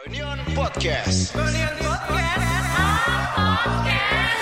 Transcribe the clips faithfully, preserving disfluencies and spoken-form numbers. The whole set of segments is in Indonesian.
Reunion Podcast. Reunion Podcast. Podcast.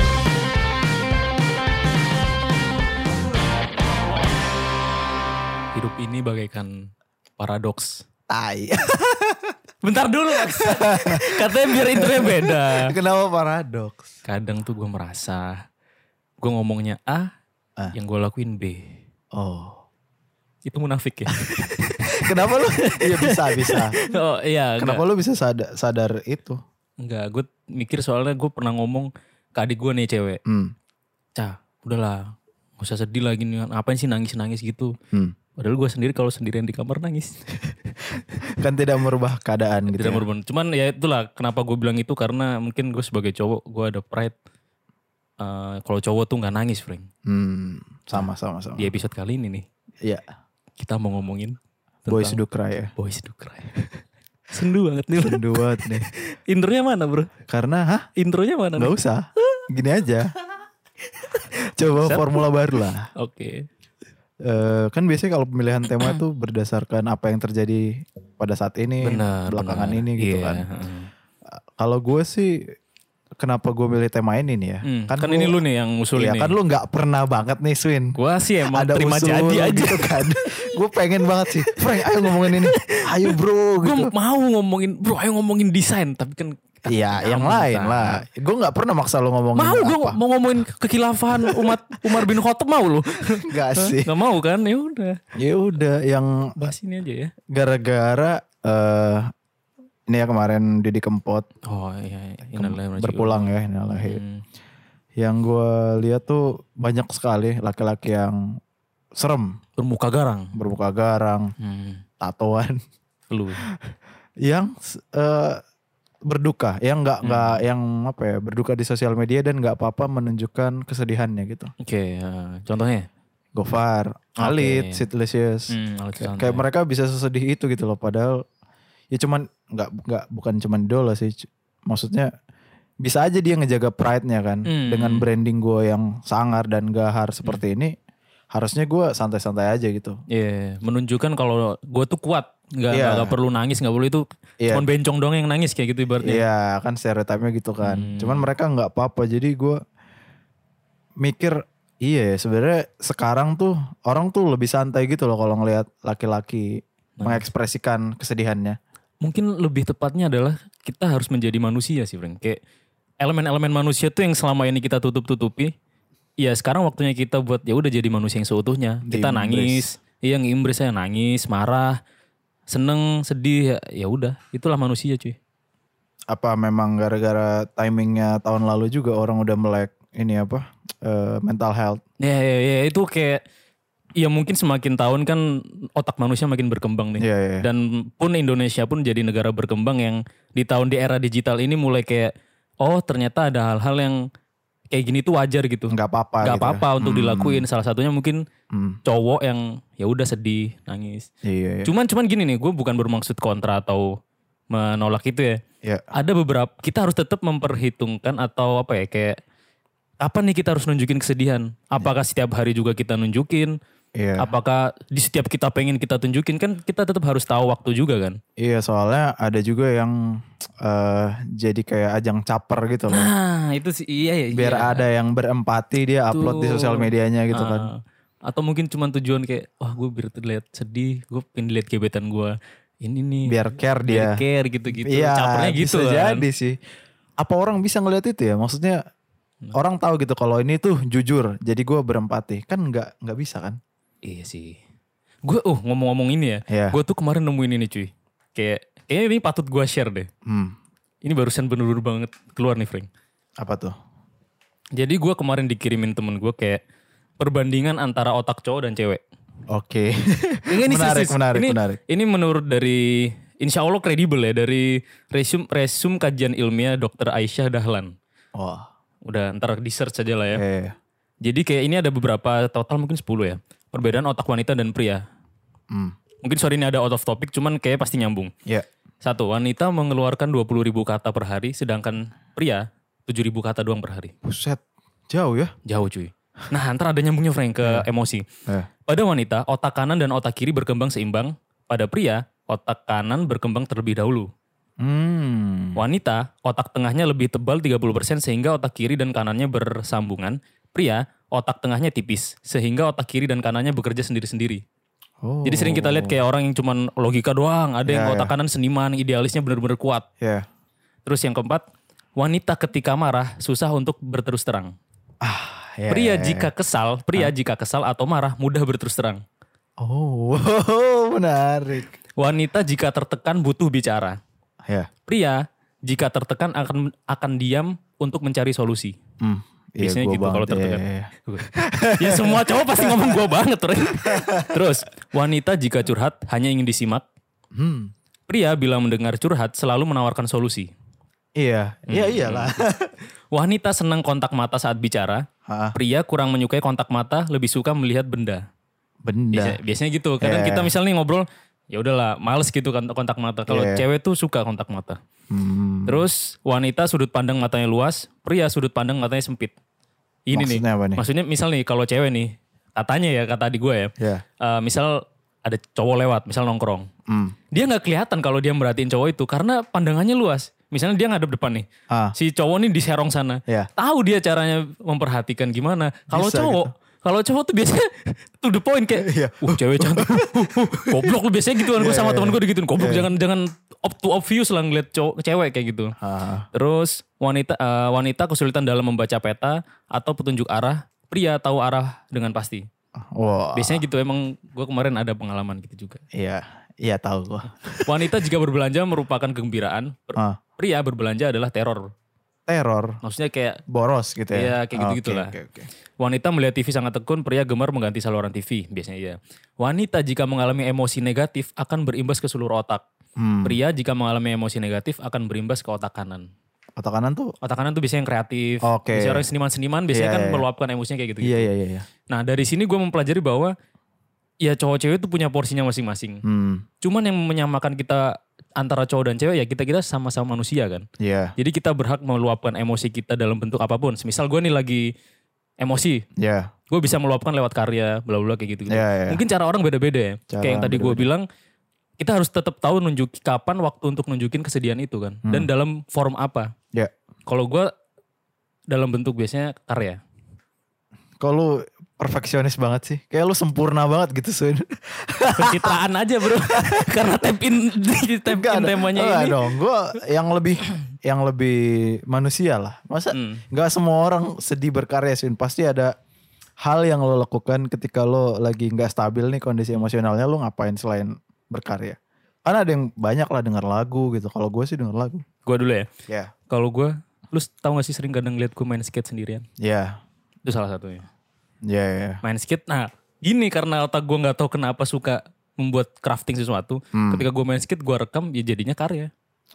Hidup ini bagaikan paradoks. Tai. Bentar dulu Max. Katanya biar intronya beda. Kenapa paradoks? Kadang tuh gue merasa gue ngomongnya A, Ah. yang gue lakuin B. Oh. Itu munafik ya? Kenapa lu? Iya bisa bisa. Oh iya. Kenapa lu bisa sadar, sadar itu? Enggak, gue mikir soalnya gue pernah ngomong ke adik gue nih cewek. Hmm. Cah, udahlah. Gak usah sedih lagi nih. Ngapain sih nangis-nangis gitu. Hmm. Padahal gue sendiri kalau sendirian di kamar nangis. Kan tidak merubah keadaan gitu. Tidak ya? merubah. Cuman ya itulah kenapa gue bilang itu. Karena mungkin gue sebagai cowok gue ada pride. Uh, kalau cowok tuh gak nangis, Frank. Hmm. Sama sama sama. Di episode kali ini nih. Iya. Kita mau ngomongin tentang Boys do cry ya. Boys do cry. Sendu banget nih. Sendu banget nih. Intronya mana bro? Karena hah? Intronya mana? Gak usah. Gini aja. Coba Set. formula baru lah. Oke. Eh, kan biasanya kalau pemilihan tema tuh berdasarkan apa yang terjadi pada saat ini, Benar. belakangan benar. ini gitu Iya, kan. heeh. Kalau gue sih, kenapa gue milih tema ini nih ya? Hmm, kan gua- ini lu nih yang ngusulin Iya nih. kan lu nggak pernah banget nih Swin. Gua sih emang Ada terima usul jadi aja. gitu kan. Gue pengen banget sih. Frank ayo ngomongin ini. Ayo bro Gue gitu. mau ngomongin, bro ayo ngomongin desain. Tapi kan kita Iya yang nyambung, lain kita. lah. Gue gak pernah maksa lu ngomongin Mau gue apa. mau ngomongin kekhilafan umat Umar bin Khattab mau lu? Gak sih. Gak mau kan? Ya udah. Ya udah yang Bahas ini aja ya. gara-gara eh ini ya kemarin Didi Kempot Oh iya. iya. kem- Innalillahi wa inna berpulang ilaihi ya innalillahi. raji'un. Hmm. Yang gue lihat tuh banyak sekali laki-laki yang serem, Bermuka garang. bermuka garang, Hmm. tatoan, Lu. yang eh, berduka, yang nggak nggak Hmm. yang apa ya berduka di sosial media dan nggak apa-apa menunjukkan kesedihannya gitu. Oke. ya. Contohnya? Gofar, Khalid, Sid Licious, Hmm, Alex kayak, Santai. kayak mereka bisa sesedih itu gitu loh. Padahal ya cuman nggak nggak bukan cuman idola sih, c- maksudnya bisa aja dia ngejaga pride-nya kan Hmm. dengan branding gue yang sangar dan gahar seperti ini. Harusnya gue santai-santai aja gitu. Iya, menunjukkan kalau gue tuh kuat, nggak Iya. nggak perlu nangis, nggak perlu itu, Iya. cuma bencong doang yang nangis kayak gitu ibaratnya. Iya kan stereotipnya gitu kan. Hmm. Cuman mereka nggak apa-apa. Jadi gue mikir iya ya, sebenarnya sekarang tuh orang tuh lebih santai gitu loh kalau ngelihat laki-laki Nah. mengekspresikan kesedihannya. Mungkin lebih tepatnya adalah kita harus menjadi manusia sih, Frank. Kayak elemen-elemen manusia tuh yang selama ini kita tutup-tutupi. Ya sekarang waktunya kita buat ya udah jadi manusia yang seutuhnya. Kita Di-embrace. nangis, iya nge-embrace saya nangis, marah, seneng, sedih, ya ya udah, itulah manusia cuy. Apa memang gara-gara timingnya tahun lalu juga orang udah melek ini apa eh, mental health. Ya, ya, ya itu kayak ya mungkin semakin tahun kan otak manusia makin berkembang nih. Iya, iya. Dan pun Indonesia pun jadi negara berkembang yang di tahun di era digital ini mulai kayak oh ternyata ada hal-hal yang kayak gini tuh wajar gitu. Nggak apa-apa. Gak gitu ya. apa-apa untuk Hmm, dilakuin. Salah satunya mungkin hmm. cowok yang ya udah sedih, nangis. Iya, iya. Cuman cuman gini nih, gue bukan bermaksud kontra atau menolak itu ya. Ya. Ada beberapa kita harus tetap memperhitungkan atau apa ya kayak apa nih kita harus nunjukin kesedihan? Apakah setiap hari juga kita nunjukin? Iya. Apakah di setiap kita pengen kita tunjukin kan kita tetap harus tahu waktu juga kan? Iya soalnya ada juga yang eh jadi kayak ajang caper gitu loh. Nah itu sih iya ya. Biar iya. ada yang berempati dia upload di Tuh. sosial medianya gitu Ah. kan. Atau mungkin cuma tujuan kayak wah gue biar terlihat sedih, gue pengen lihat gebetan gue ini nih. Biar care biar dia. care gitu-gitu. Iya Capernya gitu bisa kan. jadi sih. Apa orang bisa ngeliat itu ya? Maksudnya orang tahu gitu kalau ini tuh jujur. Jadi gue berempati. Kan nggak nggak bisa kan? Iya sih. Gue uh ngomong-ngomong ini ya. Iya. Gue tuh kemarin nemuin ini cuy. Kayak kayaknya ini patut gue share deh. Hmm. Ini barusan bener-bener banget keluar nih Frank. Apa tuh? Jadi gue kemarin dikirimin temen gue kayak perbandingan antara otak cowok dan cewek. Oke. Ini, ini menarik, serius. menarik, ini, menarik. Ini menurut dari insya Allah kredibel ya dari resume resume kajian ilmiah dokter Aisyah Dahlan. Wah. Udah ntar di search aja lah ya. Eh. Jadi kayak ini ada beberapa total mungkin sepuluh ya. Perbedaan otak wanita dan pria. Hmm. Mungkin sorry ini ada out of topic cuman kayak pasti nyambung. Ya. Satu, wanita mengeluarkan dua puluh ribu kata per hari sedangkan pria tujuh ribu kata doang per hari. Buset. Jauh ya. Jauh cuy. Nah ntar ada nyambungnya Frank ke emosi. Eh. Pada wanita, otak kanan dan otak kiri berkembang seimbang. Pada pria, otak kanan berkembang terlebih dahulu. Hmm. Wanita, otak tengahnya lebih tebal tiga puluh persen sehingga otak kiri dan kanannya bersambungan. Pria, otak tengahnya tipis sehingga otak kiri dan kanannya bekerja sendiri-sendiri. Oh. Jadi sering kita lihat kayak orang yang cuman logika doang, ada yang Ya, otak ya. kanan seniman, idealisnya benar-benar kuat. Ya. Terus yang keempat, wanita ketika marah susah untuk berterus terang. Ah, ya, Pria ya, ya. jika kesal, pria jika kesal atau marah mudah berterus terang. Oh, menarik. Wanita jika tertekan butuh bicara. Ya. Pria jika tertekan akan akan diam untuk mencari solusi. Hmm. Iya, Biasanya gua gitu kalau banget. tertekan. Iya, iya, iya. Ya semua cowok pasti ngomong gue banget. Ren. Terus wanita jika curhat hanya ingin disimak. Hmm. Pria bila mendengar curhat selalu menawarkan solusi. Iya, iya Hmm. iyalah. Wanita senang kontak mata saat bicara. Hah, Pria kurang menyukai kontak mata, lebih suka melihat benda. benda. Biasa- biasanya gitu. Kadang Iya. kita misalnya ngobrol, ya udahlah, males gitu kan kontak mata. Kalau Iya. cewek tuh suka kontak mata. Hmm. Terus wanita sudut pandang matanya luas, pria sudut pandang matanya sempit. Ini nih. Maksudnya apa nih? Maksudnya misal nih kalau cewek nih, katanya ya kata adik gue ya. Ya. eh, misal ada cowok lewat, misal nongkrong. Hmm. Dia nggak kelihatan kalau dia merhatiin cowok itu karena pandangannya luas. Misalnya dia ngadep depan nih. Ah. Si cowok nih di serong sana. Ya. Tahu dia caranya memperhatikan gimana. Kalau Bisa cowok, kalau cowok tuh biasanya to the point kayak, Iya. uh cewek cantik, uh, uh, uh, goblok lu biasanya gitu kan. Gue Iya, sama iya, temen gue digituin, goblok Iya. jangan jangan up to obvious lah ngeliat cowok cewek kayak gitu. Ah. Terus wanita eh, wanita kesulitan dalam membaca peta atau petunjuk arah. Pria tahu arah dengan pasti. Wah. Biasanya gitu, emang gue kemarin ada pengalaman gitu juga. Iya, iya tahu gua. Wanita jika berbelanja merupakan kegembiraan. Per- Ah. Pria berbelanja adalah teror. Teror, Maksudnya kayak boros gitu ya. Iya, kayak Ah, gitu-gitu oke, lah. Oke, oke. wanita melihat T V sangat tekun, pria gemar mengganti saluran T V. Biasanya iya. Wanita jika mengalami emosi negatif akan berimbas ke seluruh otak. Hmm. Pria jika mengalami emosi negatif akan berimbas ke otak kanan. Otak kanan tuh. Otak kanan tuh biasanya yang kreatif. Oke. Biasanya orang seniman-seniman biasanya Iya, kan iya. meluapkan emosinya kayak gitu. Iya, iya, iya, iya. Nah dari sini gue mempelajari bahwa ya cowok cewek itu punya porsinya masing-masing. Hmm. Cuman yang menyamakan kita antara cowok dan cewek ya kita-kita sama-sama manusia kan. Iya. Jadi kita berhak meluapkan emosi kita dalam bentuk apapun. Misal gue nih lagi emosi, Iya. gue bisa meluapkan lewat karya, bla bla kayak gitu. Iya, iya. Mungkin cara orang beda-beda ya. Cara Kayak yang tadi gue beda-beda. bilang, kita harus tetap tahu nunjuk kapan waktu untuk nunjukin kesedihan itu kan. Dan Hmm. dalam form apa. Iya. Kalau gue dalam bentuk biasanya karya. Kok lu perfeksionis banget sih? Kayak lu sempurna banget gitu Sun. Pencitraan aja bro. Karena tap in, tap in Enggak ada- temanya enggak ini. dong. Gue yang lebih yang lebih manusia lah. Masa Hmm. nggak semua orang sedih berkarya Sun. Pasti ada hal yang lo lakukan ketika lo lagi nggak stabil nih kondisi emosionalnya. Lo ngapain selain berkarya? Karena ada yang banyak lah denger lagu gitu. Kalau gue sih denger lagu. Gue dulu ya. Ya. Kalau gue, lu tau gak sih sering kadang liat gue main skate sendirian? Ya. Itu salah satunya. Ya. Ya. Main skate, nah gini karena otak gue gak tahu kenapa suka membuat crafting sesuatu. Hmm. Ketika gue main skate, gue rekam ya jadinya karya.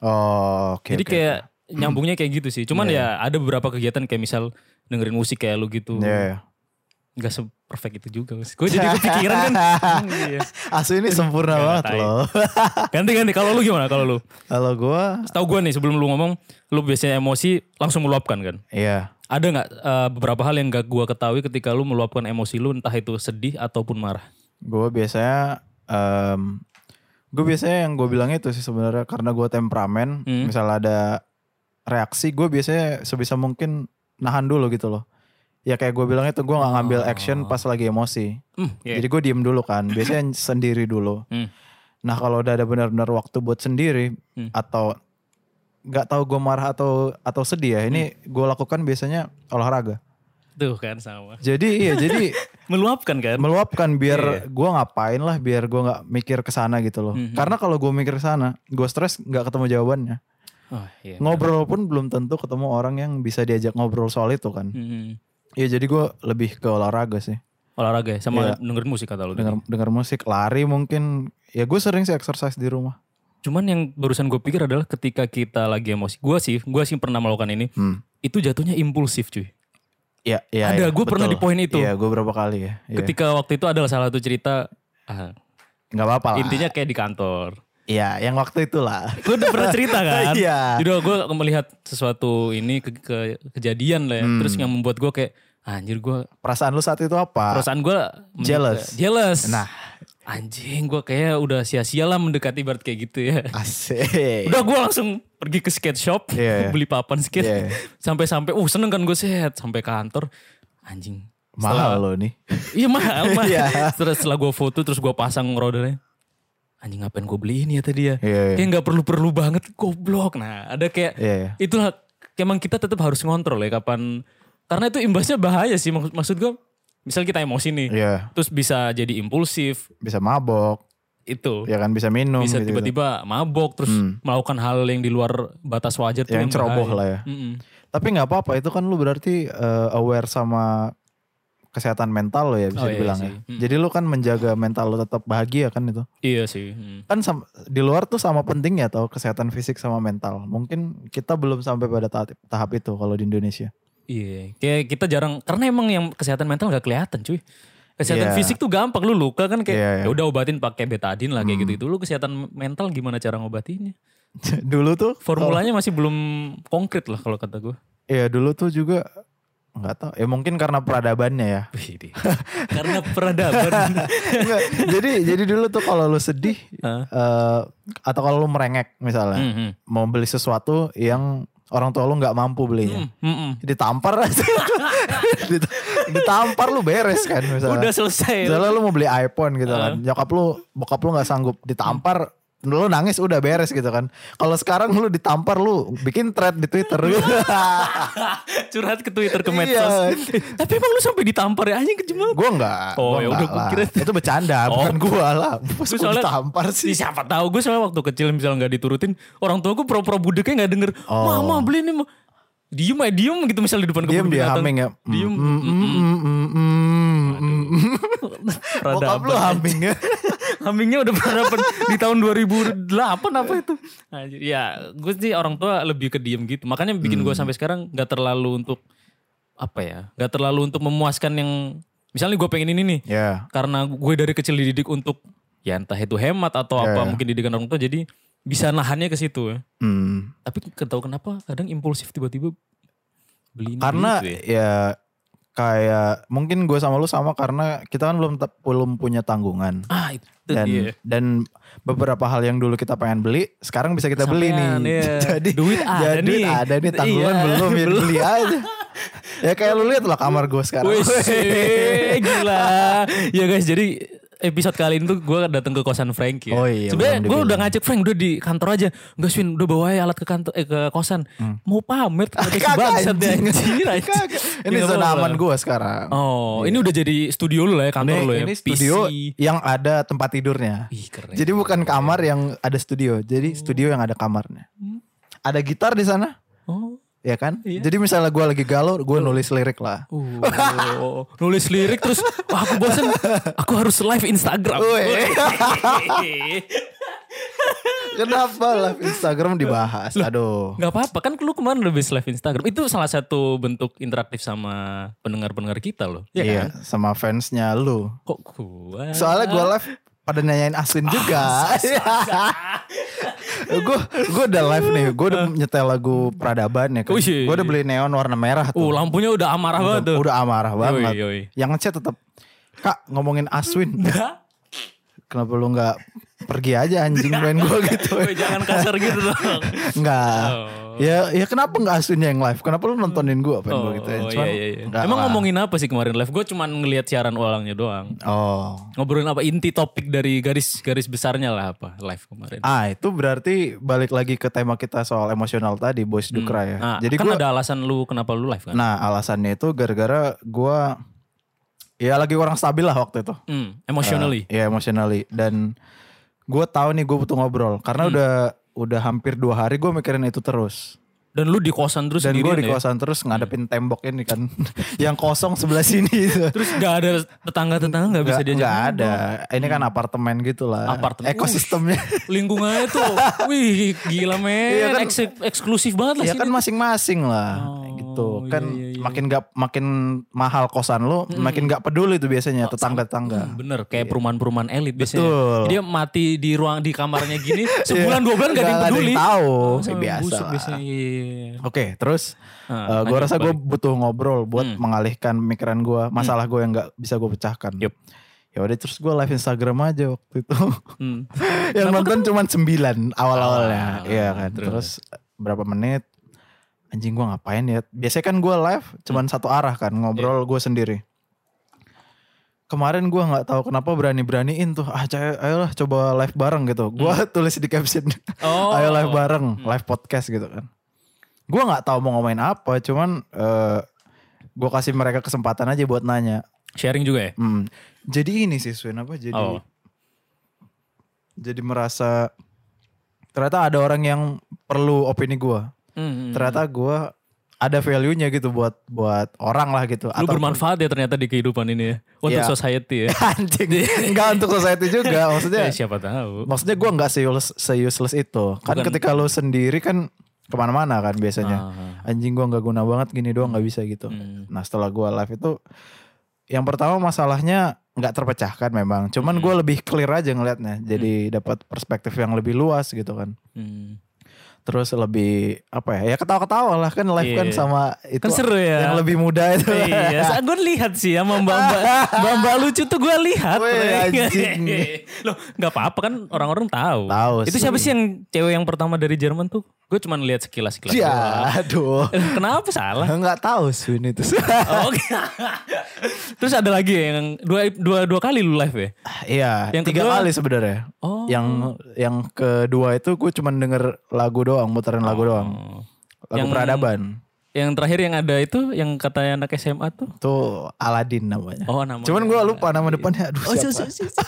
Oh, oke. Jadi oke, kayak nyambungnya kayak gitu sih. Cuman Iya. ya ada beberapa kegiatan kayak misal dengerin musik kayak lu gitu. oke. Ya, ya. Gak se-perfect itu juga. Gue jadi kepikiran kan. Hmm, iya. Asu ini sempurna Nggak, banget tai. loh. Ganti-ganti. Kalau lu gimana kalau lu? Kalau gue, Setahu gue nih sebelum lu ngomong, lu biasanya emosi langsung meluapkan kan? iya. Ada nggak eh, beberapa hal yang gak gua ketahui ketika lu meluapkan emosi lu entah itu sedih ataupun marah? Gue biasanya, em gue biasanya yang gue bilang itu sih sebenarnya karena gue temperamen. Hmm. Misal ada reaksi, gue biasanya sebisa mungkin nahan dulu gitu loh. Ya kayak gue bilang itu gue nggak ngambil Oh. action pas lagi emosi. Hmm, iya. Jadi gue diem dulu kan. Biasanya sendiri dulu. Hmm. Nah kalau udah ada benar-benar waktu buat sendiri Hmm. atau nggak tahu gue marah atau atau sedih ya, ini Hmm. gue lakukan biasanya olahraga. Tuh kan sama. Jadi iya jadi Meluapkan kan? meluapkan biar Iya. gue ngapain lah biar gue nggak mikir ke sana gitu loh. Mhm. Karena kalau gue mikir ke sana, gue stres nggak ketemu jawabannya. Oh, iya. Ngobrol pun belum tentu ketemu orang yang bisa diajak ngobrol soal itu kan. Hmm. Iya jadi gue lebih ke olahraga sih. Olahraga ya? Sama Iya. dengerin musik kata lu. Dengar tadi. dengar musik, lari mungkin. Ya gue sering sih exercise di rumah. Cuman yang barusan gue pikir adalah ketika kita lagi emosi. Gue sih, gue sih pernah melakukan ini. Hmm. Itu jatuhnya impulsif cuy. Iya, iya. Ada, iya, gue pernah betul. di poin itu. Iya, gue berapa kali ya. Iya. Ketika waktu itu adalah salah satu cerita. ah, Nggak apa-apa lah. intinya kayak di kantor. Iya, yang waktu itulah. Gue udah pernah cerita kan. Iya. Jadi gue melihat sesuatu ini ke, ke- kejadian lah ya. Hmm. Terus yang membuat gue kayak anjir gue Perasaan lu saat itu apa? perasaan gue Jealous. jealous. Nah, Anjing gue kayak udah sia-sia lah mendekati ibarat kayak gitu ya. Asik. Udah gue langsung pergi ke skate shop. Iya, iya. Beli papan skate. Iya, iya. Sampai-sampai uh seneng kan gue set. Sampai kantor. Anjing. Mahal loh nih. Iya mahal. mahal. Iya. Terus setelah gue foto terus gue pasang rodanya. Anjing ngapain gue beli ini ya tadi ya. Iya, iya. Kayak gak perlu-perlu banget. Goblok. Nah ada kayak. Iya, iya. Itulah. Emang kita tetap harus ngontrol ya kapan. Karena itu imbasnya bahaya sih. Maksud, maksud gue. Misal kita emosi nih. Iya. Terus bisa jadi impulsif. Bisa mabok. Itu. Ya kan bisa minum. Bisa gitu-gitu. tiba-tiba mabok. Terus Hmm. melakukan hal yang di luar batas wajar. tuh Yang ceroboh bahaya. lah ya. Mm-mm. Tapi gak apa-apa itu kan lu berarti uh, aware sama kesehatan mental lo ya bisa Oh, iya dibilang sih. ya. Hmm. Jadi lu kan menjaga mental lo tetap bahagia kan itu. Iya sih. Hmm. Kan sam- di luar tuh sama pentingnya tau kesehatan fisik sama mental. Mungkin kita belum sampai pada tahap, tahap itu kalau di Indonesia. Iya. Kayak kita jarang. Karena emang yang kesehatan mental gak kelihatan cuy. Kesehatan Iya. fisik tuh gampang. Lu luka kan kayak. Iya, iya. Ya udah obatin pakai betadine lah kayak Hmm. gitu-gitu. Lu kesehatan mental gimana cara ngobatinnya? Dulu tuh Formulanya masih belum konkret lah kalau kata gue. Iya dulu tuh juga nggak tahu. Ya mungkin karena peradabannya ya. Wih, karena peradaban. Nggak, jadi jadi dulu tuh kalau lu sedih Hah? eh, atau kalau lu merengek misalnya Mhm. mau beli sesuatu yang orang tua lu nggak mampu belinya, Mm, mm, mm. ditampar aja. Dit- ditampar lu beres kan misalnya. Udah selesai. Misalnya lu mau beli iPhone gitu kan, nyokap lu bokap lu nggak sanggup, ditampar. Lu nangis udah beres gitu kan. Kalau sekarang lu ditampar lu bikin thread di Twitter gitu. Curhat ke Twitter ke Iya. medsos. Eh, Tapi emang lu sampai ditampar ya anjing kejam. Gue enggak. Oh, gua ya enggak udah, gua lah. kira- Itu bercanda, Oh. bukan gua lah. Pas Gue gua soalnya ditampar sih. Siapa tahu gue soalnya waktu kecil misalnya nggak diturutin orang tua gue pura-pura budeknya nggak denger. Oh. Mama beli ini mah. Diem aja diem gitu misalnya di depan Diam kebun dia binatang. humming ya. Diem. Mm, mm, mm, mm, mm, mm, mm. Bokap lu humming ya. Hummingnya udah peradaban di tahun dua ribu delapan apa itu. Anjir, ya gue sih orang tua lebih ke diem gitu. Makanya bikin gue sampai sekarang gak terlalu untuk apa ya. Gak terlalu untuk memuaskan yang. Misalnya gue pengen ini nih. Ya. Karena gue dari kecil dididik untuk ya entah itu hemat atau Ya, apa ya. mungkin didikan orang tua. Jadi bisa nahannya ke situ ya. Hmm. Tapi gak tahu kenapa kadang impulsif tiba-tiba beli ini, Karena beli itu ya. ya kayak mungkin gue sama lu sama karena kita kan belum te- belum punya tanggungan. Ah itu Dan iya. dan beberapa hal yang dulu kita pengen beli sekarang bisa kita beli nih. Sampean, iya. Jadi Duit ada jadi nih. ada nih tanggungan Iya, belum ya belum. beli aja. Ya kayak lu lihat lah kamar gue sekarang. Wih, sih, gila. Ya guys, jadi episode kali ini tuh gue datang ke kosan Frank ya. Oh iya, Sebenarnya belum gue dibilang. udah ngajak Frank udah di kantor aja. Enggak Swin, udah bawa aja alat ke kantor eh ke kosan. Mau pamer ternyata si Kagak, bangsat deh, anjing. anjir, anjir. Kagak. Ini Ya, zona apa-apa. aman gue sekarang. Oh, ini udah jadi studio lu lah ya, kantor Ini, lu ya. ini studio P C. yang ada tempat tidurnya. Ih, keren. Jadi bukan kamar yang ada studio, jadi studio yang ada kamarnya. Ada gitar di sana, Oh. ya kan? Iya. Jadi misalnya gue lagi galau, gue nulis lirik lah. Oh, nulis lirik terus wah aku bosen, aku harus live Instagram. Weh. Kenapa live Instagram dibahas? Aduh. Gak apa-apa kan lu kemarin udah bisa live Instagram. Itu salah satu bentuk interaktif sama pendengar-pendengar kita loh. Ya Iya, kan? sama fansnya lu. Kok gua? Soalnya gue live pada nanyain Aswin juga. Gue gue udah live nih, gue udah nyetel lagu Peradaban ya kan. Oh, iya, Gue udah iya. beli neon warna merah Uh, tuh. lampunya udah amarah udah, banget tuh. udah amarah banget. Yoi, yoi. Yang ngechat tetap, Kak ngomongin Aswin. Kenapa lu nggak pergi aja anjing main gue gitu? Woi, jangan kasar gitu dong. Enggak. Oh. Ya, ya kenapa nggak Aswinnya yang live? Kenapa lu nontonin gue? Pengen Oh, gue gitu ya. iya, Cuman iya, iya. nggak Emang lah. ngomongin apa sih kemarin live? Gue cuman ngelihat siaran ulangnya doang. Oh. Ngobrolin apa inti topik dari garis-garis besarnya lah apa live kemarin. Ah itu berarti balik lagi ke tema kita soal emosional tadi, Boys Do Cry ya. Nah, Jadi kan gua, ada alasan lu kenapa lu live kan? nah alasannya itu gara-gara gue ya lagi kurang stabil lah waktu itu. Hmm, emotionally. Ya emotionally. Dan gue tahu nih gue butuh ngobrol karena Hmm. udah udah hampir dua hari gue mikirin itu terus. Dan lu di kosan terus Dan gue sendirian di ya? kosan terus ngadepin tembok ini kan, yang kosong sebelah sini itu. Terus gak ada tetangga-tetangga gak bisa Nggak- diajak nggak ngobrol? ada. Ini kan apartemen gitu lah. Apartemen. Ekosistemnya. Lingkungannya tuh, wih gila men, Iya kan? Eks- eksklusif banget lah Ya sini. kan masing-masing lah Oh, gitu kan iya, iya, iya. makin gak makin mahal kosan lu makin gak peduli tuh biasanya tetangga-tetangga. Hmm, bener, kayak perumahan-perumahan elit biasanya. Betul. Dia mati di ruang di kamarnya gini, sebulan dua bulan gak ada yang Nggak ada peduli. yang tahu. Oh, Ya, sama biasa busuk lah. biasanya. Iya. Oke terus Ah, gue lanjut rasa gue balik. butuh ngobrol buat Hmm. mengalihkan pikiran gue masalah gue yang gak bisa gue pecahkan. Yup. Ya udah terus gue live Instagram aja waktu itu. Hmm. Yang nonton cuma sembilan awal-awalnya. Awal, Iya kan. terus? Terus berapa menit. Anjing gue ngapain ya. Biasanya kan gue live cuma satu arah kan. Ngobrol gue sendiri. Kemarin gue gak tahu kenapa berani-beraniin tuh. Ah caya, ayolah coba live bareng gitu. Gue tulis di caption. Oh. Ayo live bareng. Live podcast gitu kan. Gue gak tahu mau ngomongin apa. Cuman uh, gue kasih mereka kesempatan aja buat nanya. Sharing juga ya? Hmm. Jadi ini sih Swin apa jadi Oh. jadi merasa ternyata ada orang yang perlu opini gue. Hmm. Ternyata gue ada value-nya gitu buat buat orang lah gitu. Lu bermanfaat ya ternyata di kehidupan ini ya. Untuk Iya. society ya. Anjing. Enggak untuk society juga. Maksudnya Ya, siapa tahu. maksudnya gue gak se-useless, se-useless itu. Kan Bukan- ketika lu sendiri kan kemana-mana kan biasanya. Ah. Anjing gue gak guna banget gini doang gak bisa gitu. Hmm. Nah setelah gue live itu. Yang pertama masalahnya gak terpecahkan memang. Cuman gue lebih clear aja ngelihatnya. Jadi dapat perspektif yang lebih luas gitu kan. Hmm. Terus lebih apa ya? Ya ketawa-ketawa lah kan live kan Iya. sama itu Kan seru ya. yang lebih muda itu. Iya, saat gue lihat sih sama mbak-mbak mbak-mbak lucu tuh gue lihat. Weh, anjing. Loh, nggak apa-apa kan orang-orang tahu. Tahu Itu sih. siapa sih yang cewek yang pertama dari Jerman tuh? Gue cuma lihat sekilas-sekilas. Ya, doang. aduh. Eh, Kenapa salah? Enggak tahu Swin itu. Oh, oke. Terus ada lagi ya yang dua dua dua kali lu live ya? Iya, Yang tiga kedua- kali sebenarnya. Oh. Yang yang kedua itu gue cuma denger lagu doang, muterin lagu doang. Oh. Lagu Yang- peradaban. Yang terakhir yang ada itu yang kata anak S M A tuh. Tuh Aladin namanya. Oh, namanya. Cuman gue lupa nama depannya. Aduh Oh, siapa. si- si- si-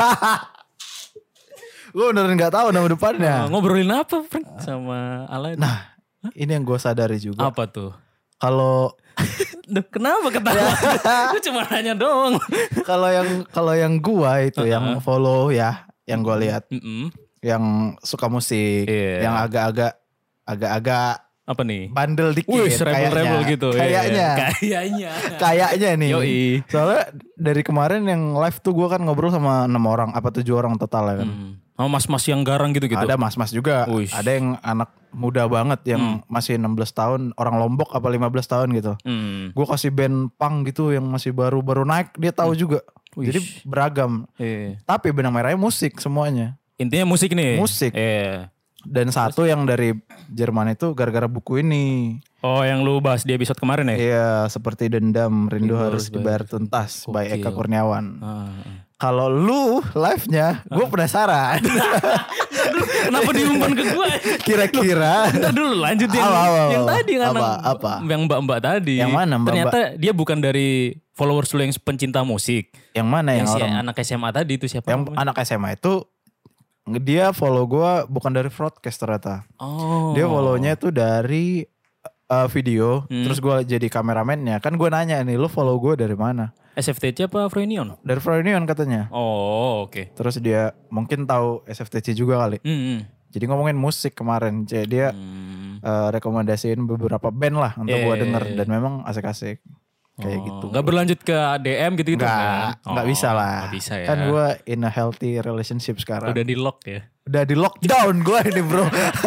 Gue beneran gak tahu nama depannya. Oh, ngobrolin apa, Frank? Sama Alan? Nah, ini yang gue sadari juga. apa tuh? Kalau Duh, kenapa ketawa? Gue cuma nanya dong. kalau yang kalau yang gua itu yang follow ya, yang gua lihat, Mm-mm. yang suka musik, Iya. yang agak-agak agak-agak Apa nih? bandel dikit, Wih, kayaknya. rebel-rebel gitu. Iya, Kayaknya, Kayaknya. kayaknya nih. Yoi. Soalnya dari kemarin yang live tuh gua kan ngobrol sama enam orang, apa tujuh orang total ya kan. Hmm. Oh, mas-mas yang garang gitu-gitu. Ada mas-mas juga, Wih. ada yang anak muda banget yang masih enam belas tahun, orang Lombok apa lima belas tahun gitu. Hmm. Gue kasih band punk gitu yang masih baru-baru naik, dia tahu juga. Wih. Jadi beragam. Iya. Tapi benang merahnya musik semuanya. Intinya musik nih. Musik. Iya. Dan satu yang dari Jerman itu gara-gara buku ini. Oh, yang lu bahas di episode kemarin ya? Iya, seperti Dendam, Rindu Rindu harus harus dibayar tuntas by Gokil. Eka Kurniawan. Ah. Kalau lu live-nya, gue penasaran. Kenapa diumpan ke gue? Kira-kira Ntar dulu lanjut yang, Apa, apa, yang apa? tadi yang Apa, anak, apa? yang mbak-mbak tadi. Yang mana mbak-mbak? Ternyata dia bukan dari followers lu yang pencinta musik. yang mana yang, Yang si orang anak S M A tadi itu siapa? yang namanya? anak S M A itu dia follow gue bukan dari broadcast ternyata. Oh. Dia follownya itu dari uh, video. Hmm. Terus gue jadi kameramennya. Kan gue nanya nih, lu follow gue dari mana? S F T C apa Froynion? Dari Froynion katanya. Oh, oke. Terus dia mungkin tahu S F T C juga kali. Hmm, hmm. Jadi ngomongin musik kemarin. Jadi dia Hmm. uh, rekomendasiin beberapa band lah untuk Iya, gue iya, denger. iya. Dan memang asik-asik. Kayak Oh, gitu. Nggak berlanjut ke D M gitu-gitu Nggak, kan? nggak Oh, bisa lah. Nggak bisa ya. Kan gue in a healthy relationship sekarang. udah di lock ya. Udah di lockdown gue ini bro.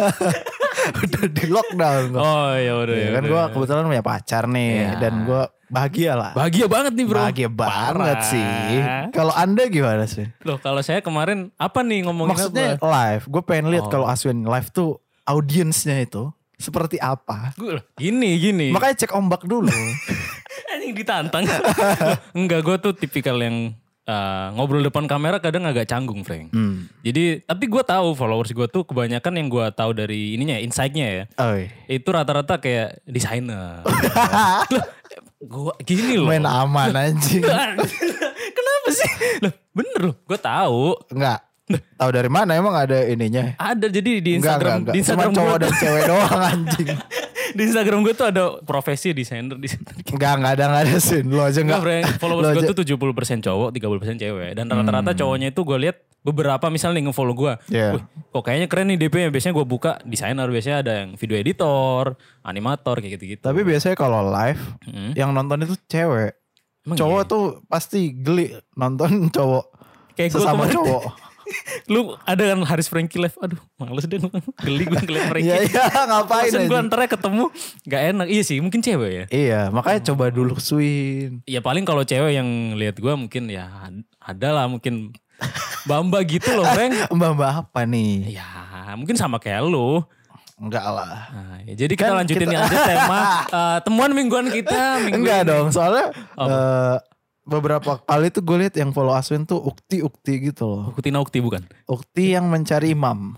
Udah di lockdown gue. Oh ya udah Ya, ya. kan udah. gue kebetulan punya pacar nih. Iya. Dan gue bahagia lah. Bahagia banget nih bro. Bahagia banget Parah. sih. Kalau anda gimana sih? Loh kalau saya kemarin apa nih ngomongin Maksudnya apa? live. Gue pengen lihat Oh. kalau Aswin live tuh audiensnya itu seperti apa. Gue gini gini. Makanya cek ombak dulu. Anjing ditantang. Enggak, gue tuh tipikal yang uh, ngobrol depan kamera kadang agak canggung, Frank. hmm. Jadi tapi gue tahu followers gue tuh kebanyakan yang gue tahu dari ininya, insight-nya ya. Oi. Itu rata-rata kayak desainer. Loh, gue gini loh. Main aman anjing. Kenapa sih? Loh, bener loh. Gue tahu. Enggak. Tahu dari mana emang ada ininya? Ada jadi di Enggak, Instagram, enggak, di enggak. Cuma Instagram cowok gue dan cewek doang anjing. di Instagram gue tuh ada profesi desainer di situ. Enggak, enggak ada, enggak ada Sin. Lo aja Enggak, enggak. Frank. Followers Lo gue aja- tuh tujuh puluh persen cowok, tiga puluh persen cewek. Dan Hmm. rata-rata cowoknya itu gue lihat beberapa misalnya nih nge-follow gue. Iya. Wih, kok kayaknya keren nih D P-nya. Biasanya gue buka desainer, biasanya ada yang video editor, animator kayak gitu-gitu. Tapi biasanya kalau live Hmm. yang nonton itu cewek. Emang Cowok iya? tuh pasti geli nonton cowok Kayak gua sesama kemarin. cowok. Lu ada kan Haris Franky live. Aduh males deh. Geli gue ngeliat Franky. Iya iya ngapain Maksud gue aja. antara ketemu gak enak. Iya sih mungkin cewek ya. Iya makanya coba dulu Swin. Ya paling kalau cewek yang lihat gue mungkin ya ada lah mungkin Bamba gitu loh Frank. Mbak-mbak apa nih? Ya mungkin sama kayak lu. Enggak lah. Nah, ya, jadi kita Kan lanjutin kita- aja tema uh, temuan mingguan kita. Minggu Enggak ini. dong soalnya eh, beberapa kali tuh gue liat yang follow Aswin tuh ukti-ukti gitu loh. Ukti Naukti bukan? Ukti yang mencari imam.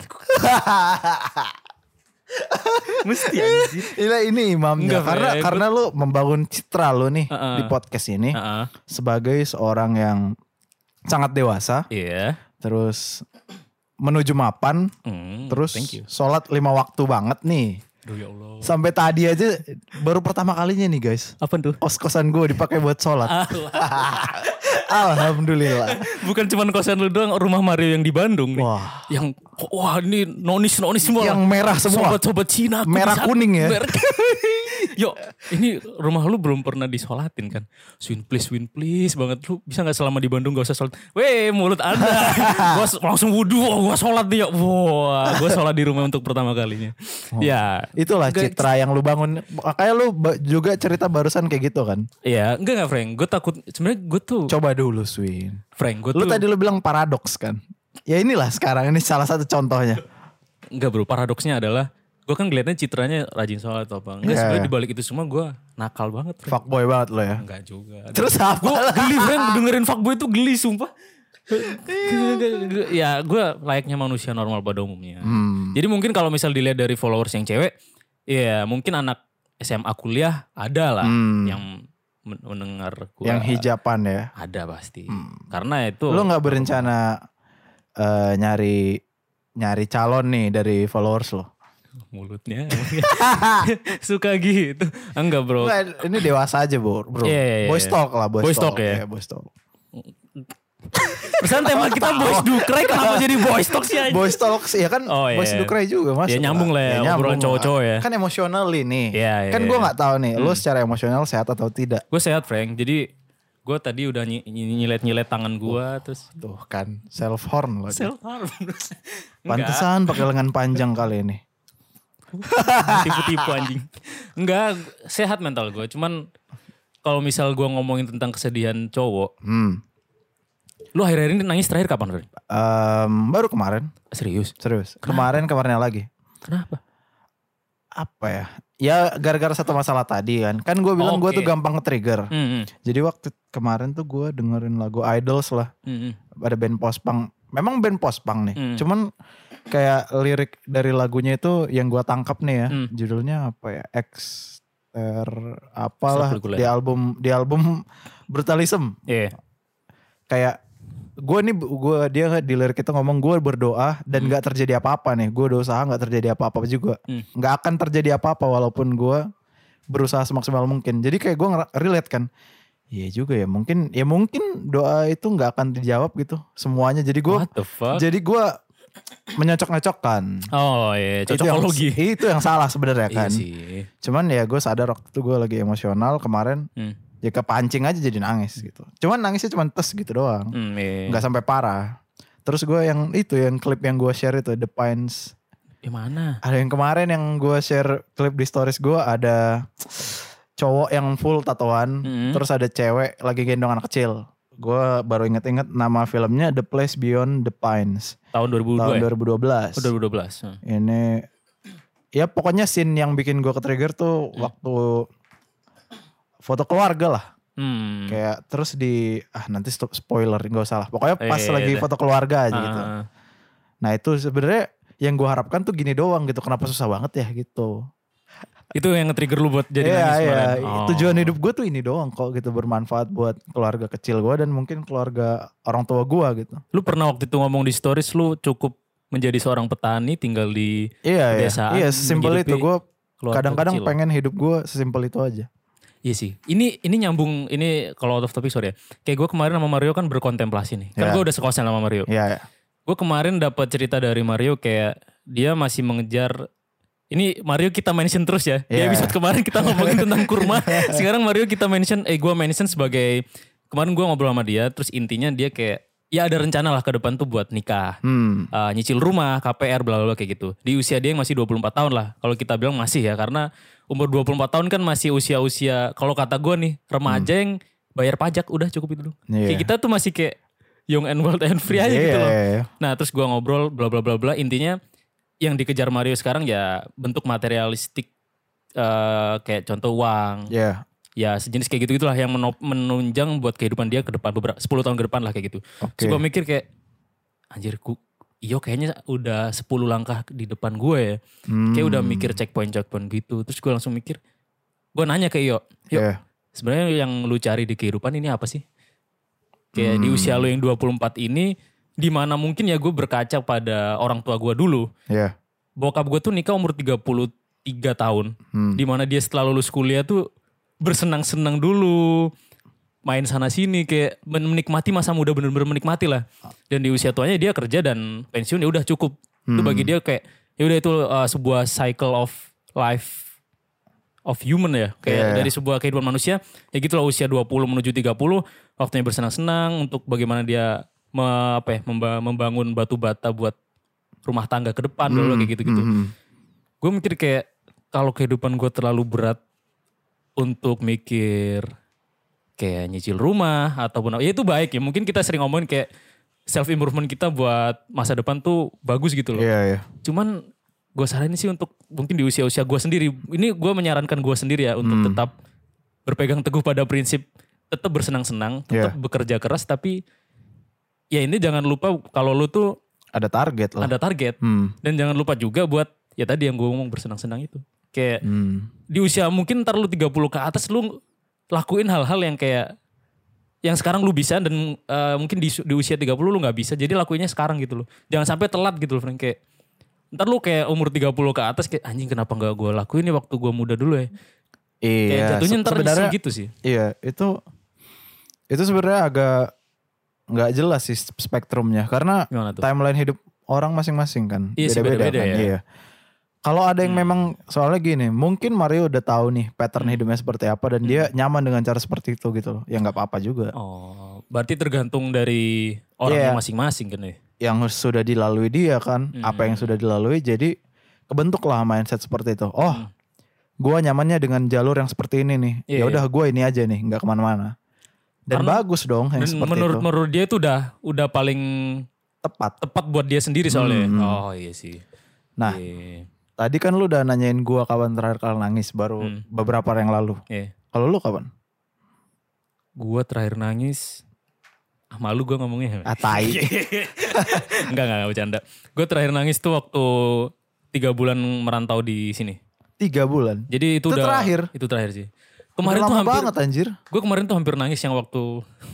Mesti anjir. Ini, ini imamnya. Enggak, karena Frank. karena lu membangun citra lu nih Uh-uh. di podcast ini Heeh. sebagai seorang yang sangat dewasa, Iya. terus menuju mapan, Hmm, terus thank you. sholat lima waktu banget nih. Aduh ya Allah. Sampai tadi aja baru pertama kalinya nih guys. Apa tuh? Kos-kosan gue dipakai buat sholat. Alhamdulillah. Bukan cuma kosan lu doang, rumah Mario yang di Bandung nih. Wah. Yang wah ini nonis-nonis semua. Yang merah semua. Sobat-sobat Cina. aku Merah bisa- kuning ya? Merah- Yo, ini rumah lu belum pernah disolatin kan? Swin please, swin please banget. Lu bisa gak selama di Bandung gak usah sholat? Weh, mulut anda. Gua s- langsung wudhu, oh, gua sholat nih. Wah, gua sholat di rumah untuk pertama kalinya. Ya. Itulah Enggak- citra yang lu bangun. Makanya lu ba- juga cerita barusan kayak gitu kan. Iya, enggak enggak Frank. Gue takut, sebenarnya gue tuh, Coba dulu Swin. Frank, gue Lu tuh. tadi lu bilang paradoks kan. Ya inilah sekarang ini salah satu contohnya. Enggak bro, paradoksnya adalah gue kan ngeliatnya citranya rajin sholat atau apa. Enggak, Iya. sebenarnya dibalik itu semua gue nakal banget. Frank. Fuckboy banget lo ya. Enggak juga. Terus apa? Gue geli Frank, dengerin fuckboy itu geli sumpah. Ya gue layaknya manusia normal pada umumnya. Hmm. Jadi mungkin kalau misal dilihat dari followers yang cewek, ya mungkin anak S M A kuliah ada lah Hmm. yang men- mendengar gue. Yang hijapan ya. Ada pasti. Karena itu. Lu nggak berencana eh, nyari nyari calon nih dari followers lo? mulutnya suka gitu. Enggak bro. Nggak, ini dewasa aja bro. bro. Iya, iya, iya. Boys talk lah, boys, Boys talk. talk ya? Iya, boys talk. Pesan tema kita boys dukrek kenapa jadi boys talk sih aja? Boys talk ya kan Oh, iya. boys dukrai juga mas. Ya, nyambung lah ya, obrolan cowok-cowok ya. Kan emosional ini. Iya, iya, kan gue iya. nggak tahu nih, lu secara emosional sehat atau tidak. Gue sehat Frank. Jadi gue tadi udah ny- ny- nyilet-nyilet tangan gue terus Tuh kan self horn lagi. self harm. Pantesan pakai lengan panjang kali ini. Tipu-tipu anjing. Enggak, sehat mental gue. Cuman kalau misal gue ngomongin tentang kesedihan cowok, Hmm. lu akhir-akhir ini nangis terakhir kapan Frank? Em, baru kemarin, Serius? serius. Kemarin kemarinnya lagi. Kenapa? Apa ya? Ya gara-gara satu masalah tadi kan. Kan gue bilang gue Oke. tuh gampang nge-trigger. Hmm, hmm, Jadi waktu kemarin tuh gue dengerin lagu Idols lah. hmm, hmm. Ada band post-punk. Memang band post-punk nih. Hmm. Cuman kayak lirik dari lagunya itu yang gue tangkap nih ya. Hmm. Judulnya apa ya? X R apalah Extracurricular. di album di album Brutalism. Iya. Kayak gue nih gue dia di lirik itu ngomong gue berdoa dan nggak terjadi apa-apa nih. Gue berusaha nggak terjadi apa-apa juga. Hmm. Nggak akan terjadi apa-apa walaupun gue berusaha semaksimal mungkin. Jadi kayak gue relate kan. Iya juga ya mungkin ya mungkin doa itu nggak akan dijawab gitu semuanya. Jadi gue What the fuck? jadi gue menyocok-nyocokkan. Oh iya, Itu yang, cocokologi. itu yang salah sebenarnya Iya kan. sih. Cuman ya gue sadar waktu itu gue lagi emosional kemarin. Hmm. Ya kepancing aja jadi nangis gitu. Cuman nangisnya cuman tes gitu doang. Hmm, iya. Nggak sampai parah. Terus gue yang itu yang klip yang gue share itu The Pines. Yang mana? Ada yang kemarin yang gue share klip di stories gue ada cowok yang full tatoan. Hmm. Terus ada cewek lagi gendong anak kecil. Gue baru inget-inget nama filmnya The Place Beyond the Pines. Tahun dua ribu dua Tahun ya? dua ribu dua belas. Oh, dua ribu dua belas. Hmm. Ini ya pokoknya scene yang bikin gue ke-trigger tuh waktu foto keluarga lah. Hmm. Kayak terus di ah nanti stop spoiler nggak usah lah. Pokoknya pas Eh, lagi deh. foto keluarga aja Ah, gitu. ah. Nah itu sebenarnya yang gue harapkan tuh gini doang gitu. Kenapa susah banget ya gitu. Itu yang nge-trigger lu buat jadi Iya nangis iya. kemarin? Oh. Tujuan hidup gue tuh ini doang kok gitu, bermanfaat buat keluarga kecil gue dan mungkin keluarga orang tua gue gitu. Lu pernah waktu itu ngomong di stories lu cukup menjadi seorang petani tinggal di Iya iya. pedesaan, Iya sesimpel itu. menghidupi Gue keluarga kadang-kadang kecil. pengen hidup gue sesimpel itu aja. Iya sih. Ini ini nyambung, ini kalau out of topic sorry ya. Kayak gue kemarin sama Mario kan berkontemplasi nih. Kan Ya. gue udah sekosan sama Mario. Iya iya. Gue kemarin dapat cerita dari Mario kayak dia masih mengejar. Ini Mario kita mention terus ya. Di Iya. episode kemarin kita ngomongin tentang kurma. Sekarang Mario kita mention, eh gue mention sebagai, kemarin gue ngobrol sama dia. Terus intinya dia kayak, ya ada rencana lah ke depan tuh buat nikah. Hmm. Uh, nyicil rumah, K P R, bla bla bla kayak gitu. Di usia dia yang masih dua puluh empat tahun lah. Kalau kita bilang masih ya, karena umur dua puluh empat tahun kan masih usia-usia, kalau kata gue nih, remaja yang bayar pajak, udah cukup itu dulu. Iya. Kayak kita tuh masih kayak young and wild and free aja gitu loh. Iya. Nah terus gue ngobrol bla bla bla bla, intinya yang dikejar Mario sekarang ya bentuk materialistik, uh, kayak contoh uang. Iya. Ya sejenis kayak gitu gitulah yang menop- menunjang buat kehidupan dia ke depan beberapa sepuluh tahun ke depan lah kayak gitu. Oke. Terus gue mikir kayak anjir ku iyo kayaknya udah sepuluh langkah di depan gue ya. Hmm. Kayak udah mikir checkpoint-checkpoint gitu. Terus gue langsung mikir, gue nanya ke Iyo, Iyo Iya. sebenarnya yang lu cari di kehidupan ini apa sih? Kayak Hmm. di usia lu yang dua puluh empat ini, di mana mungkin ya gue berkaca pada orang tua gue dulu. Iya. Bokap gue tuh nikah umur tiga puluh tiga tahun. Hmm. Di mana dia setelah lulus kuliah tuh bersenang-senang dulu, main sana sini, kayak menikmati masa muda, bener-bener menikmati lah. Dan di usia tuanya dia kerja dan pensiun ya udah cukup. Itu Hmm. bagi dia kayak ya udah itu uh, sebuah cycle of life of human ya, kayak Yeah. dari sebuah kehidupan manusia. Ya gitulah usia dua puluh menuju tiga puluh waktunya bersenang-senang untuk bagaimana dia me, apa ya, memba- membangun batu bata buat rumah tangga ke depan dulu kayak gitu-gitu. Hmm. Gue mikir kayak kalau kehidupan gue terlalu berat untuk mikir kayak nyicil rumah ataupun ya itu baik ya, mungkin kita sering ngomongin kayak self improvement kita buat masa depan tuh bagus gitu loh. Iya, iya. Cuman gue saranin sih untuk mungkin di usia-usia gue sendiri, ini gue menyarankan gue sendiri ya untuk Hmm. tetap berpegang teguh pada prinsip tetap bersenang-senang, tetap Yeah. bekerja keras, tapi ya ini jangan lupa kalau lu tuh Ada target lah. ada target. Hmm. Dan jangan lupa juga buat ya tadi yang gue ngomong bersenang-senang itu. Kayak Hmm. di usia mungkin ntar lu tiga puluh ke atas lu lakuin hal-hal yang kayak yang sekarang lu bisa dan uh, mungkin di, di usia tiga puluh lu gak bisa. Jadi lakuinnya sekarang gitu loh. Jangan sampai telat gitu loh Frank. Kayak ntar lu kayak umur tiga puluh ke atas kayak anjing kenapa gak gue lakuin nih waktu gue muda dulu ya. Iya. Kayak jatuhnya se- ntar sebenarnya nyesel gitu sih. Iya, itu itu sebenarnya agak nggak jelas sih spektrumnya karena Gimana tuh? timeline hidup orang masing-masing kan Iya sih, beda-beda beda-beda kan. ya. Iya. Kalau ada yang Hmm. memang soalnya gini, mungkin Mario udah tahu nih pattern Hmm. hidupnya seperti apa dan dia nyaman dengan cara seperti itu gitu loh. Ya nggak apa-apa juga. Oh, berarti tergantung dari orangnya Iya. masing-masing kan ya. Yang sudah dilalui dia kan, Hmm. apa yang sudah dilalui jadi kebentuklah mindset seperti itu. Oh, Hmm. gua nyamannya dengan jalur yang seperti ini nih. Iya, Ya udah gua ini aja nih, nggak kemana-mana. Dan Karena- bagus dong yang Dan seperti menurut itu. menurut dia itu udah udah paling Tepat. tepat buat dia sendiri soalnya. Hmm. Oh iya sih. Nah, Iya. tadi kan lu udah nanyain gua kapan terakhir kali nangis baru Hmm. beberapa hari yang lalu. Iya. Kalau lu kapan? Gua terakhir nangis, ah malu gue ngomongnya. Ah, tai. enggak, enggak, enggak bercanda. Gue terakhir nangis tuh waktu tiga bulan merantau di sini. Tiga bulan. Jadi itu, Itu udah terakhir? Itu terakhir sih. Udah Kemarin tuh lama hampir, banget anjir. gue kemarin tuh hampir nangis yang waktu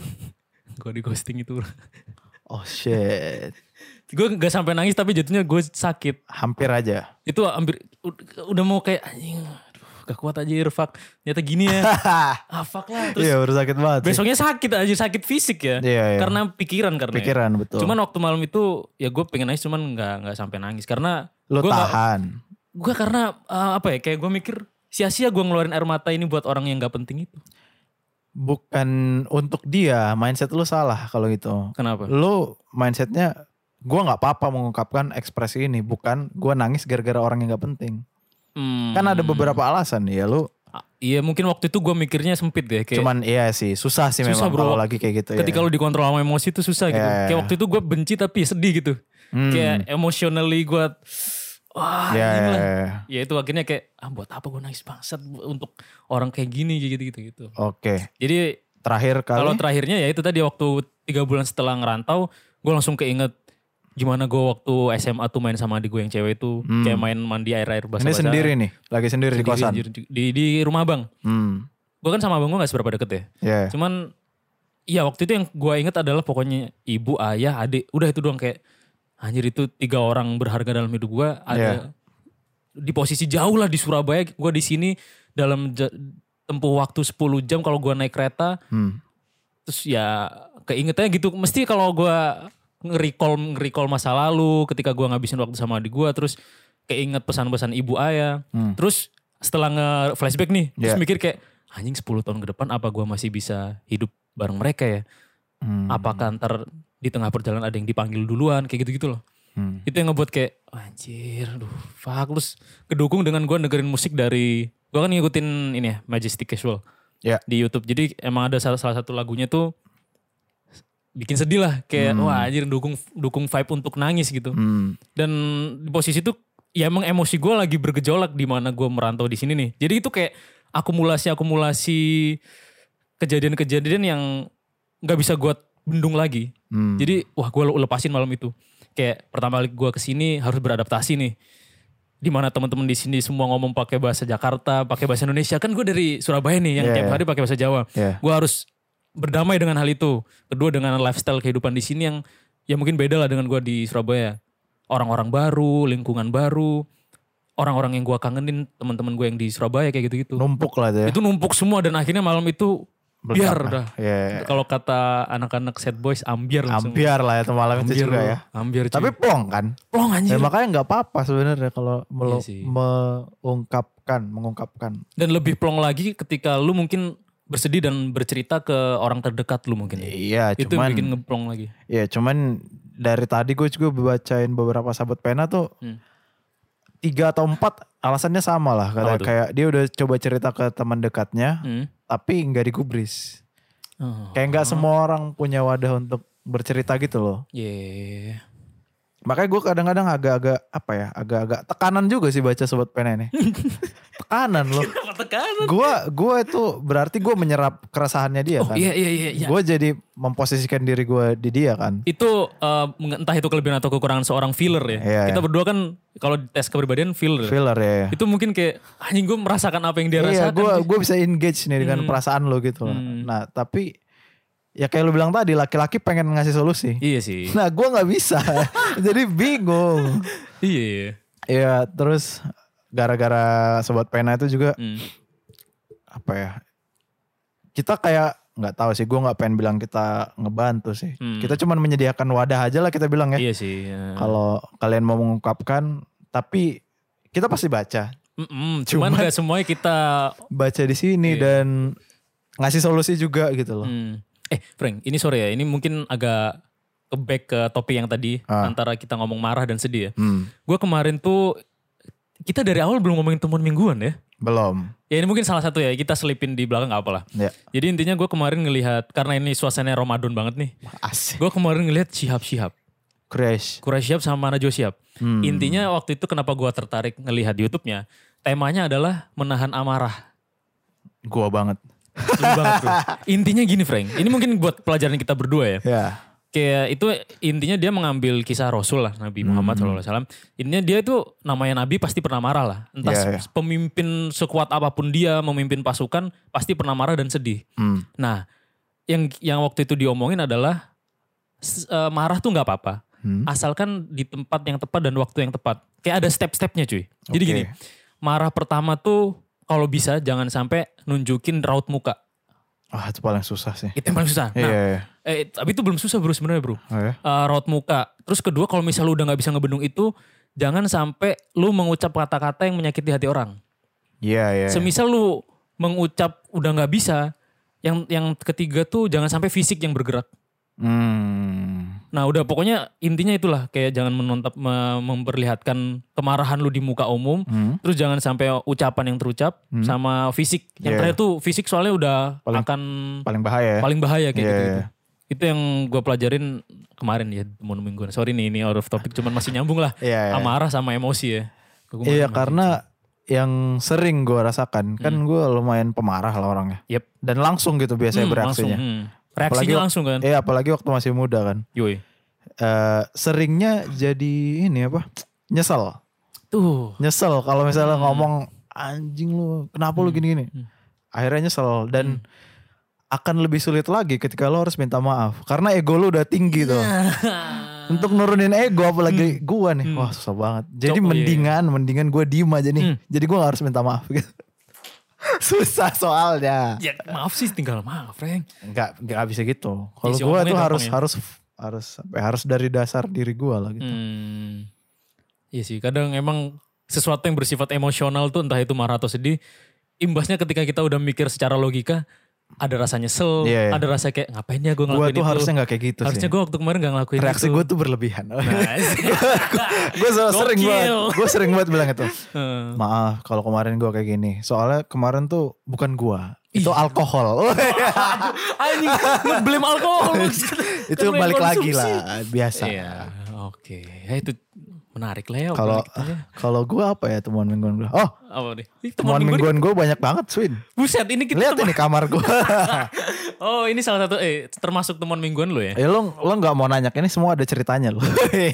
gue di ghosting itu. Oh shit. Gue gak sampai nangis tapi jatuhnya gue sakit. Hampir aja. Itu hampir udah mau kayak anjing, aduh, gak kuat aja fuck. Ternyata gini ya. ah fuck lah. Terus Iya udah sakit banget sih. besoknya sakit aja, sakit fisik ya. Iya, iya. Karena pikiran karena. ya. Pikiran betul. Cuman waktu malam itu ya gue pengen nangis cuman nggak nggak sampai nangis karena lu gue nggak- tahan. gue karena uh, apa ya kayak gue mikir sia-sia gue ngeluarin air mata ini buat orang yang nggak penting itu. Bukan untuk dia, mindset lu salah kalau gitu. Kenapa? Lu mindsetnya gua nggak apa-apa mengungkapkan ekspresi ini, bukan gua nangis gara-gara orang yang nggak penting. Hmm. Kan ada beberapa alasan ya lu. Ah, iya mungkin waktu itu gue mikirnya sempit deh kayak. Cuman iya sih, susah sih Susah, memang bro. kalau lagi kayak gitu ya. Ketika lu dikontrol sama emosi itu susah gitu. Iya, Kayak iya. waktu itu gue benci tapi sedih gitu. Hmm. Kayak emotionally gue wah Ya, ini ya, lah. ya. Ya itu akhirnya kayak ah buat apa gue nangis bangsat untuk orang kayak gini gitu gitu gitu. Oke. Jadi Terakhir kali. kalau terakhirnya ya itu tadi waktu tiga bulan setelah ngerantau, gue langsung keinget gimana gue waktu S M A tuh main sama adik gue yang cewek itu Hmm. kayak main mandi air-air ini basah-basah. sendiri nih, lagi sendiri, di kosan. Di, di, di rumah abang. Hmm. Gue kan sama abang gue gak seberapa deket ya. Ya. Cuman iya waktu itu yang gue inget adalah pokoknya ibu, ayah, adik. Udah itu doang kayak anjir itu tiga orang berharga dalam hidup gue. Ada Iya. di posisi jauh lah di Surabaya. Gue di sini dalam ja- tempuh waktu sepuluh jam kalau gue naik kereta. Hmm. Terus ya keingetannya gitu. Mesti kalau gue nge-recall, nge-recall masa lalu ketika gue ngabisin waktu sama adik gue. Terus keinget pesan-pesan ibu ayah. Hmm. Terus setelah nge-flashback nih. Terus Yeah. mikir kayak anjing sepuluh tahun ke depan apa gue masih bisa hidup bareng mereka ya. Hmm. Apakah ntar di tengah perjalanan ada yang dipanggil duluan kayak gitu-gitu loh. Hmm. Itu yang ngebuat kayak anjir aduh fuck. Terus kedukung dengan gue dengerin musik dari, gue kan ngikutin ini ya Majestic Casual Ya. di YouTube. Jadi emang ada salah, salah satu lagunya tuh bikin sedih lah. Kayak Hmm. wah anjir dukung, dukung vibe untuk nangis gitu. Hmm. Dan di posisi itu ya emang emosi gue lagi bergejolak di mana gue merantau di sini nih. Jadi itu kayak akumulasi-akumulasi kejadian-kejadian yang nggak bisa gue bendung lagi. Hmm. Jadi wah gue lepasin malam itu. Kayak pertama kali gue kesini harus beradaptasi nih. Dimana teman-teman di sini semua ngomong pakai bahasa Jakarta, pakai bahasa Indonesia. Kan gue dari Surabaya nih yang Yeah, tiap yeah. hari pakai bahasa Jawa. Yeah. Gue harus berdamai dengan hal itu. Kedua dengan lifestyle kehidupan di sini yang ya mungkin beda lah dengan gue di Surabaya. Orang-orang baru, lingkungan baru, orang-orang yang gue kangenin, teman-teman gue yang di Surabaya kayak gitu-gitu. Numpuk lah itu ya. Itu numpuk semua dan akhirnya malam itu biar Meledak dah. lah. Iya, iya. Kalau kata anak-anak sad boys ambiar langsung. Ambiar lah ya itu malam itu Ambiar juga loh, ya. Ambiar cuy. Tapi plong kan. plong anjir. Ya makanya nggak apa-apa sebenarnya kalau melo- Iya sih. mengungkapkan, mengungkapkan. Dan lebih plong lagi ketika lu mungkin bersedih dan bercerita ke orang terdekat lu mungkin. Iya, Itu yang cuman bikin ngeplong lagi. ya cuman dari tadi gue juga bacain beberapa sahabat pena tuh Hmm. tiga atau empat alasannya sama lah. Kayak, Apa tuh? kayak dia udah coba cerita ke teman dekatnya, Hmm. tapi nggak digubris. Oh. Kayak nggak semua orang punya wadah untuk bercerita gitu loh. Yeah. Makanya gue kadang-kadang agak-agak apa ya, agak-agak tekanan juga sih baca sobat pena ini. Tekanan loh. Kenapa tekanan? Gue gue itu berarti gue menyerap keresahannya dia Oh kan. iya iya iya. iya. Gue jadi memposisikan diri gue di dia kan. Itu eh, entah itu kelebihan atau kekurangan seorang filler ya. Iya, Kita iya. berdua kan kalau tes kepribadian filler. Filler ya. Itu mungkin kayak anjing gue merasakan apa yang dia Iya, rasakan. gue gue bisa engage nih dengan Hmm. perasaan lo gitu. loh. Hmm. Nah, tapi ya kayak lo bilang tadi, laki-laki pengen ngasih solusi. Iya sih. Nah, gue nggak bisa, jadi bingung. Iya iya. Iya, terus gara-gara sobat pena itu juga Hmm. apa ya? Kita kayak nggak tahu sih, gue nggak pengen bilang kita ngebantu sih. Hmm. Kita cuman menyediakan wadah aja lah kita bilang ya. Iya sih. ya. Kalau kalian mau mengungkapkan, tapi kita pasti baca, Mm-mm, cuman Cuman- gak semuanya kita. baca di sini Iya. dan ngasih solusi juga gitu loh. Hmm. Eh Frank, ini sorry ya, ini mungkin agak ke back ke topik yang tadi Ah. antara kita ngomong marah dan sedih ya. Hmm, Gue kemarin tuh kita dari awal belum ngomongin temuan mingguan ya. belum. Ya ini mungkin salah satu ya, kita selipin di belakang gak apalah. Ya, Jadi intinya gue kemarin ngelihat, karena ini suasananya Ramadan banget nih. asik. Gue kemarin ngelihat Shihab-Shihab. Crash. Quraisy Shihab sama Najwa Shihab. Hmm. Intinya waktu itu kenapa gue tertarik ngelihat di YouTube-nya. Temanya adalah menahan amarah. Gua banget. Lu banget bro. Intinya gini Frank, ini mungkin buat pelajaran kita berdua ya. Ya. Kayak itu intinya dia mengambil kisah Rasul lah, Nabi Muhammad shallallahu alaihi wasallam. Intinya dia itu namanya Nabi pasti pernah marah lah. Entah Iya, iya. pemimpin sekuat apapun dia memimpin pasukan pasti pernah marah dan sedih. Hmm. Nah yang yang waktu itu diomongin adalah s- eh, marah tuh nggak apa-apa. Hmm. Asalkan di tempat yang tepat dan waktu yang tepat. Kayak ada step-stepnya cuy. Jadi Oke. gini, marah pertama tuh kalau bisa jangan sampai nunjukin raut muka. Ah, itu paling susah sih. Itu yang paling susah. Iya. Nah, iya. eh, tapi itu belum susah bro sebenarnya bro. Oh, ya? Eh, raut muka. Terus kedua kalau misal lu udah nggak bisa ngebendung itu, jangan sampai lu mengucap kata-kata yang menyakiti hati orang. Iya, iya. Semisal lu mengucap udah nggak bisa, yang yang ketiga tuh jangan sampai fisik yang bergerak. Hmm. Nah udah pokoknya intinya itulah kayak jangan menontap me- memperlihatkan kemarahan lu di muka umum. Hmm. Terus jangan sampai ucapan yang terucap Hmm. sama fisik. Yang Yeah. terakhir tuh fisik soalnya udah Paling- akan Paling bahaya ya. paling bahaya kayak Iya, gitu. iya. Itu yang gue pelajarin kemarin ya temen mingguan. Sorry nih ini out of topic cuman masih nyambung lah. Iya, iya. Amarah sama emosi ya. Gua Iya, masih- karena yang sering gue rasakan kan Hmm. gue lumayan pemarah lah orangnya. Yep. Dan langsung gitu biasanya Hmm, bereaksinya. langsung, hmm. Reaksinya Apalagi- langsung kan. Iya, apalagi waktu masih muda kan. Yoi. Eh, seringnya jadi ini apa? Nyesel. Tuh. Nyesel kalau misalnya Hmm. ngomong anjing lu, kenapa lu Hmm. gini-gini? Hmm. Akhirnya nyesel dan akan lebih sulit lagi ketika lo harus minta maaf karena ego lu udah tinggi tuh. Untuk nurunin ego apalagi gua nih. Hmm. Wah, susah banget. Jadi Coba, iya. mendingan mendingan gua diem aja nih. Hmm. Jadi gua gak harus minta maaf gitu. Susah soalnya. Ya maaf sih tinggal maaf Frank. Enggak enggak bisa gitu. Kalau Isi gua omongnya tuh gampang harus ya. harus harus apa ya, harus dari dasar diri gua lah gitu. Hmm. Iya sih kadang emang sesuatu yang bersifat emosional tuh entah itu marah atau sedih. Imbasnya ketika kita udah mikir secara logika. ada rasa nyesel, Iya, iya. ada rasa kayak ngapain ya gue Gue ngelakuin tuh itu. harusnya gak kayak gitu Harusnya sih. gue waktu kemarin gak ngelakuin Reaksi itu. gue tuh berlebihan. Nah, gue sering banget, Gokil. gue sering banget bilang itu. Heeh. Maaf kalau kemarin gue kayak gini. Soalnya kemarin tuh bukan gue, itu alkohol. Anjing, ngeblame alkohol. Itu Kan lo yang balik lagi konsumsi. lah, biasa. Iya, oke. Ya itu menarik lah ya. Kalau obrolan kita ya. kalau gue apa ya temuan mingguan gue? Oh, Apa nih? Ih, temuan minggu mingguan gue banyak banget, Swin. nih. Buset, ini kita Lihat teman- ini kamar gue. Oh, ini salah satu eh termasuk temuan mingguan lo ya. Ya lo lo nggak mau nanya, ini semua ada ceritanya lo.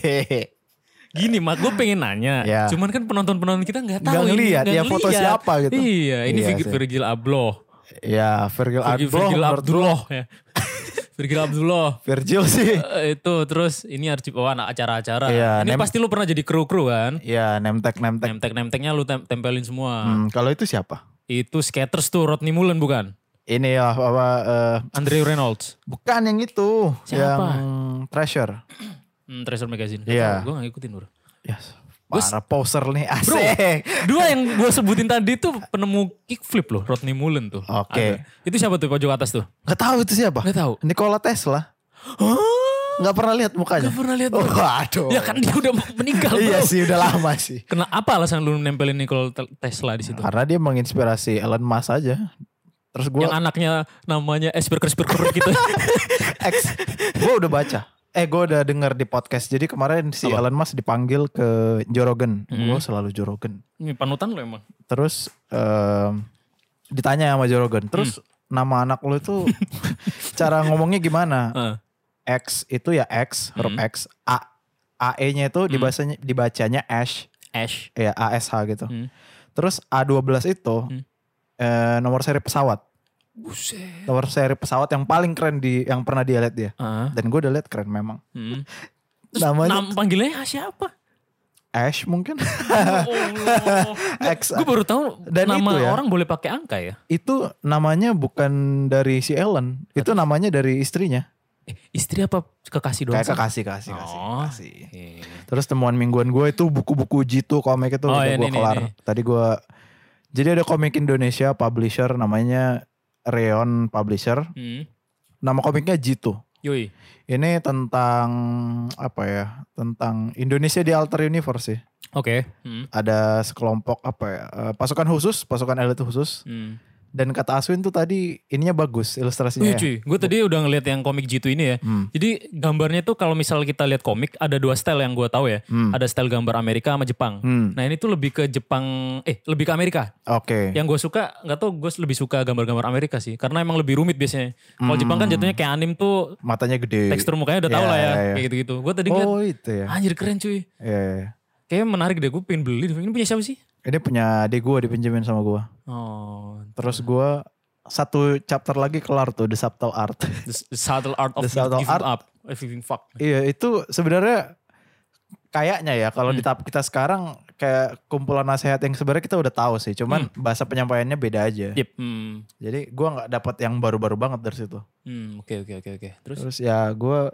Gini mak, gue pengen nanya. Ya. Cuman kan penonton-penonton kita nggak tahu Nggak ini, ngeliat, nggak ya foto ngeliat. siapa gitu. Iya, ini Iya Virgil, sih. Virgil Abloh. Ya Virgil Virgil, Abloh, Virgil menurut Abdullah gua- ya. Virgil Abdullah. Virgil sih. Eh, itu terus ini Archie oh, anak acara-acara. Iya, ini nem- pasti lu pernah jadi kru-kru kan? Ya nemtek nemtek. Nemtek-nemteknya lu tem- tempelin semua. Hmm, kalau itu siapa? Itu skaters tuh Rodney Mullen bukan? Ini ya apa? eh, Andre Reynolds. bukan yang itu, Siapa? yang Treasure. Hmm, Treasure Magazine. Iya. Gue gak ngikutin bro. Yes. Para poser nih, Bro, asik. dua yang gue sebutin tadi tuh penemu kickflip loh, Rodney Mullen tuh. Oke. Ada. Itu siapa tuh pojok atas tuh? Gak tahu itu siapa? Gak tahu. Nikola Tesla. Hah? Gak pernah lihat mukanya. Gak pernah lihat. Oh, bro. waduh. Ya kan dia udah meninggal bro. Iya sih, udah lama sih. Kena apa alasan lu nempelin Nikola Tesla di situ? Karena dia menginspirasi Elon Musk aja. Terus gue Yang anaknya namanya Asperger Asperger gitu. X, gue udah baca. Eh gue udah denger di podcast. Jadi kemarin si Apa? Elon Musk dipanggil ke Joe Rogan. Hmm. Gue selalu Joe Rogan. Ini panutan lu emang. Terus em, ditanya sama Joe Rogan. Terus Hmm. nama anak lu itu cara ngomongnya gimana? Heeh. X itu ya X, huruf Hmm. X. A A E-nya itu dibacanya dibacanya Ash, Ash. ya A S H gitu. Hmm. Terus A dua belas itu Hmm. eh, nomor seri pesawat. Buset. Nomor seri pesawat yang paling keren di yang pernah dia lihat dia. Ah. Dan gue udah lihat keren memang. Hmm. Terus Namanya nam- panggilnya siapa? Ash mungkin. Oh, X. gue baru tahu Dan nama itu ya. orang boleh pakai angka ya. Itu namanya bukan dari si Ellen. Itu namanya dari istrinya. Eh, istri apa kekasih doang? Kayak sih? kekasih kasih kasih. Oh. kasih. Iya. Terus temuan mingguan gue itu buku-buku Jitu komik itu Oh, udah ini, gue ini, kelar. ini. Tadi gue jadi ada komik Indonesia publisher namanya Reon Publisher. Hmm. Nama komiknya Jitu. Yoi. Ini tentang apa ya? Tentang Indonesia di Alter Universe sih. Oke. Hmm. Ada sekelompok apa ya? eh, pasukan khusus, pasukan elit khusus. Hmm. Dan kata Aswin tuh tadi ininya bagus ilustrasinya. Wih ya. cuy, gue tadi udah ngeliat yang komik Jitu ini ya. Hmm. Jadi gambarnya tuh kalau misal kita lihat komik ada dua style yang gue tahu ya. Hmm. Ada style gambar Amerika sama Jepang. Hmm. Nah ini tuh lebih ke Jepang, eh lebih ke Amerika. Oke. Yang gue suka, nggak tau gue lebih suka gambar-gambar Amerika sih. Karena emang lebih rumit biasanya. Kalau Jepang kan jatuhnya kayak anim tuh Matanya gede. tekstur mukanya udah tau Iya, lah ya. iya, iya. Kayak gitu-gitu. Gue tadi ngeliat, Oh itu ya. anjir keren cuy. Iya, iya. Kayaknya menarik deh, gue pengen beli. Ini punya siapa sih? Ini punya adik gue dipinjemin sama gue. Oh, Terus gue satu chapter lagi kelar tuh The Subtle Art. the, the subtle art of The subtle giving art. up, eh, giving fuck. Iya itu sebenarnya kayaknya ya kalau Hmm. di tahap kita sekarang kayak kumpulan nasihat yang sebenarnya kita udah tahu sih. Cuman bahasa penyampaiannya beda aja. Yep. Hmm. Jadi gue nggak dapat yang baru-baru banget dari situ. Hmm. Oke oke oke oke. Terus? Terus ya gue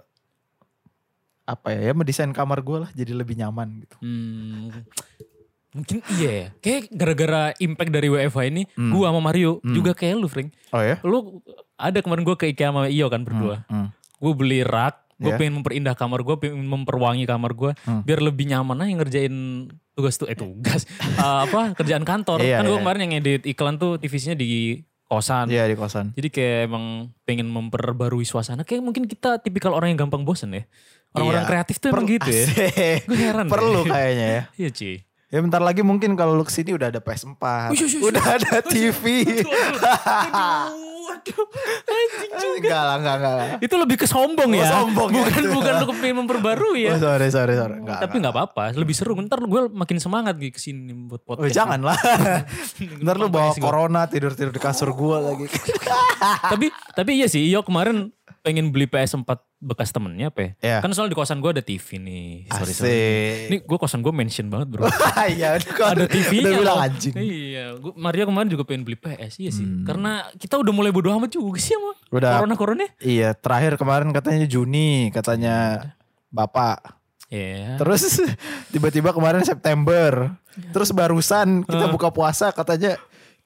apa ya, ya mendesain kamar gue lah jadi lebih nyaman gitu. Hmm. Mungkin iya ya. Kayak gara-gara impact dari W F H ini, Hmm. gua sama Mario Hmm. juga kayak lu, Frank. Oh ya? Lu ada kemarin gua ke IKEA sama Iyo kan berdua. Hmm. Gue beli rak, gue Yeah. pengen memperindah kamar gue, pengen memperwangi kamar gue, Hmm. biar lebih nyaman aja ngerjain tugas tuh, eh tugas, uh, apa kerjaan kantor. Iya, kan gue iya. kemarin yang edit iklan tuh T V-nya di kosan. Iya di kosan. Jadi kayak emang pengen memperbarui suasana. Kayak mungkin kita tipikal orang yang gampang bosen ya. Orang-orang Iya. kreatif tuh emang Per- gitu ya. Asik. Gue heran deh. Perlu kayaknya ya. Iya cuy. Ya bentar lagi mungkin kalau lu kesini udah ada P S empat. Ush, ush, ush. Udah ada T V. Aduh, aduh, anjing juga. Enggak lah, enggak, enggak. Itu lebih ke sombong Oh, ya. sombong ya. bukan bukan lu pengen memperbarui ya. Oh, sorry, sorry, sorry. Enggak, Tapi nggak apa-apa, lebih seru. Ntar gue makin semangat gitu kesini buat Oh, podcast. jangan lah. Ntar lu bawa Sampai sih gua. corona tidur-tidur di kasur gua lagi. tapi tapi iya sih, Iyo kemarin pengen beli P S empat bekas temennya apa ya? Iya. Kan soal di kosan gue ada T V nih. Sorry, sorry. Asik. Ini gue kosan gue mention banget bro. Iya, Ada T V-nya Udah bilang loh. anjing. Hmm. Iya, gua, Maria kemarin juga pengen beli P S, iya sih. Karena kita udah mulai bodo amat juga sih sama Udah. corona-corona. Iya, terakhir kemarin katanya Juni, katanya Bapak. Iya. Terus tiba-tiba kemarin September. Terus barusan kita buka puasa katanya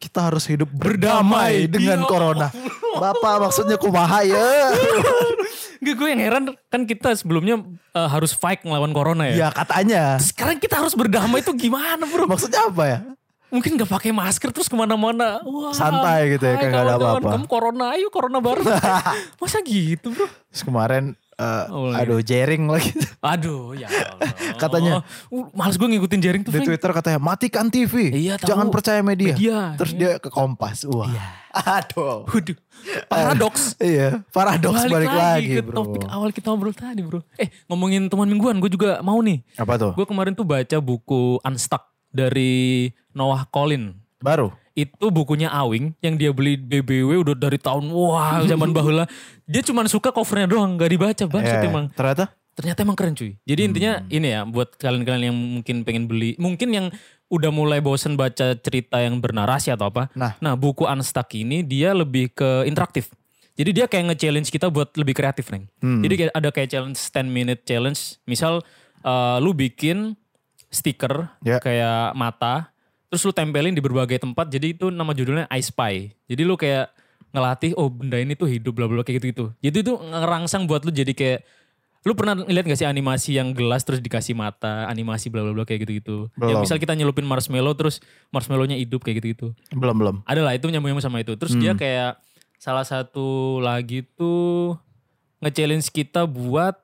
kita harus hidup berdamai, Berdamai. dengan Ya corona. Bapak maksudnya kumaha ya? Enggak, gue yang heran kan kita sebelumnya eh, harus fight ngelawan corona ya. Ya katanya. Sekarang kita harus berdamai itu gimana bro? Maksudnya apa ya? Mungkin gak pakai masker terus kemana-mana. Wah, Santai gitu ya, hai kayak gak ada kawan-kawan, apa-apa. Kamu corona, ayo corona bareng. Masa gitu bro? Terus kemarin eh, Oh, aduh jaring lagi. Aduh ya Allah. Katanya. Uh, males gue ngikutin jaring tuh. Di Frank. Twitter katanya matikan T V. Iya, tahu. Jangan percaya media. Media, Terus iya. dia ke Kompas. Wah. Aduh. Waduh. Paradoks. Iya, paradoks balik, lagi, ke bro. topik awal kita ngobrol tadi bro. Eh ngomongin teman mingguan gue juga mau nih. Apa tuh? Gue kemarin tuh baca buku Unstuck dari Noah Collin. Baru. Itu bukunya Awing yang dia beli B B W udah dari tahun wah zaman bahula. Dia cuma suka covernya doang, gak dibaca banget Eh, emang. Ternyata? Ternyata emang keren cuy. Jadi intinya ini ya buat kalian-kalian yang mungkin pengen beli, mungkin yang udah mulai bosen baca cerita yang bernarasi atau apa. Nah. Nah buku Unstuck ini dia lebih ke interaktif. Jadi dia kayak nge-challenge kita buat lebih kreatif Neng. Hmm. Jadi kayak ada kayak challenge ten minute challenge. Misal eh, lu bikin stiker Ya. kayak mata. Terus lu tempelin di berbagai tempat. Jadi itu nama judulnya I Spy. Jadi lu kayak ngelatih oh benda ini tuh hidup bla bla bla, kayak gitu-gitu. Jadi itu ngerangsang buat lu jadi kayak lu pernah lihat gak sih animasi yang gelas terus dikasih mata, animasi bla bla bla kayak gitu-gitu. Yang Belum. misal kita nyelupin marshmallow terus marshmallownya hidup kayak gitu-gitu. Belum, belum. Ada lah itu nyambung-nyambung sama itu. Terus Hmm. dia kayak salah satu lagi tuh nge-challenge kita buat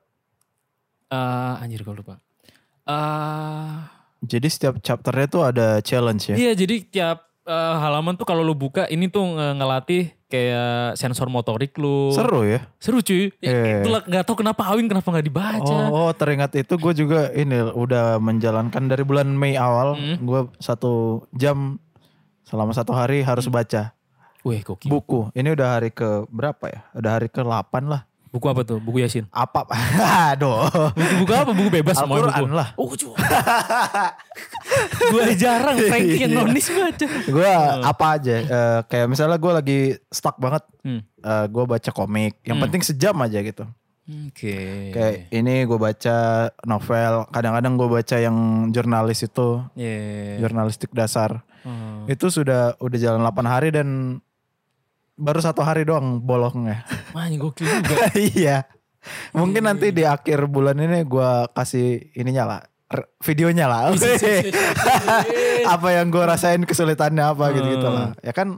eh anjir gue lupa. Eh Jadi setiap chapternya tuh ada challenge ya? Iya jadi tiap eh, halaman tuh kalau lu buka ini tuh nge- ngelatih kayak sensor motorik lu. Seru ya? Seru cuy. Iya. Itulah gak tahu kenapa Awin kenapa gak dibaca. Oh, oh, teringat itu gue juga ini udah menjalankan dari bulan Mei awal. Hmm. Gue satu jam selama satu hari harus baca Wih gokil. buku. Ini udah hari ke berapa ya? Udah hari ke delapan lah. Buku apa tuh? Buku Yasin. Apa? Aduh. Buku, buku apa? Buku bebas semua buku. Al-Quran lah. Oh cuy. Gue jarang Frankie yang Iya. nonis baca. Gue apa aja? eh, kayak misalnya gue lagi stuck banget. Hmm. eh, gue baca komik. Yang Hmm. penting sejam aja gitu. Oke. Kayak ini gue baca novel. Kadang-kadang gue baca yang jurnalis itu. Yeah. Jurnalistik dasar. Oh. Itu sudah udah jalan delapan hari dan baru satu hari doang bolongnya. Wah ini gokil juga. Iya. Mungkin nanti di akhir bulan ini gue kasih ininya lah. r- Videonya lah. Apa yang gue rasain kesulitannya apa gitu-gitu lah. Ya kan.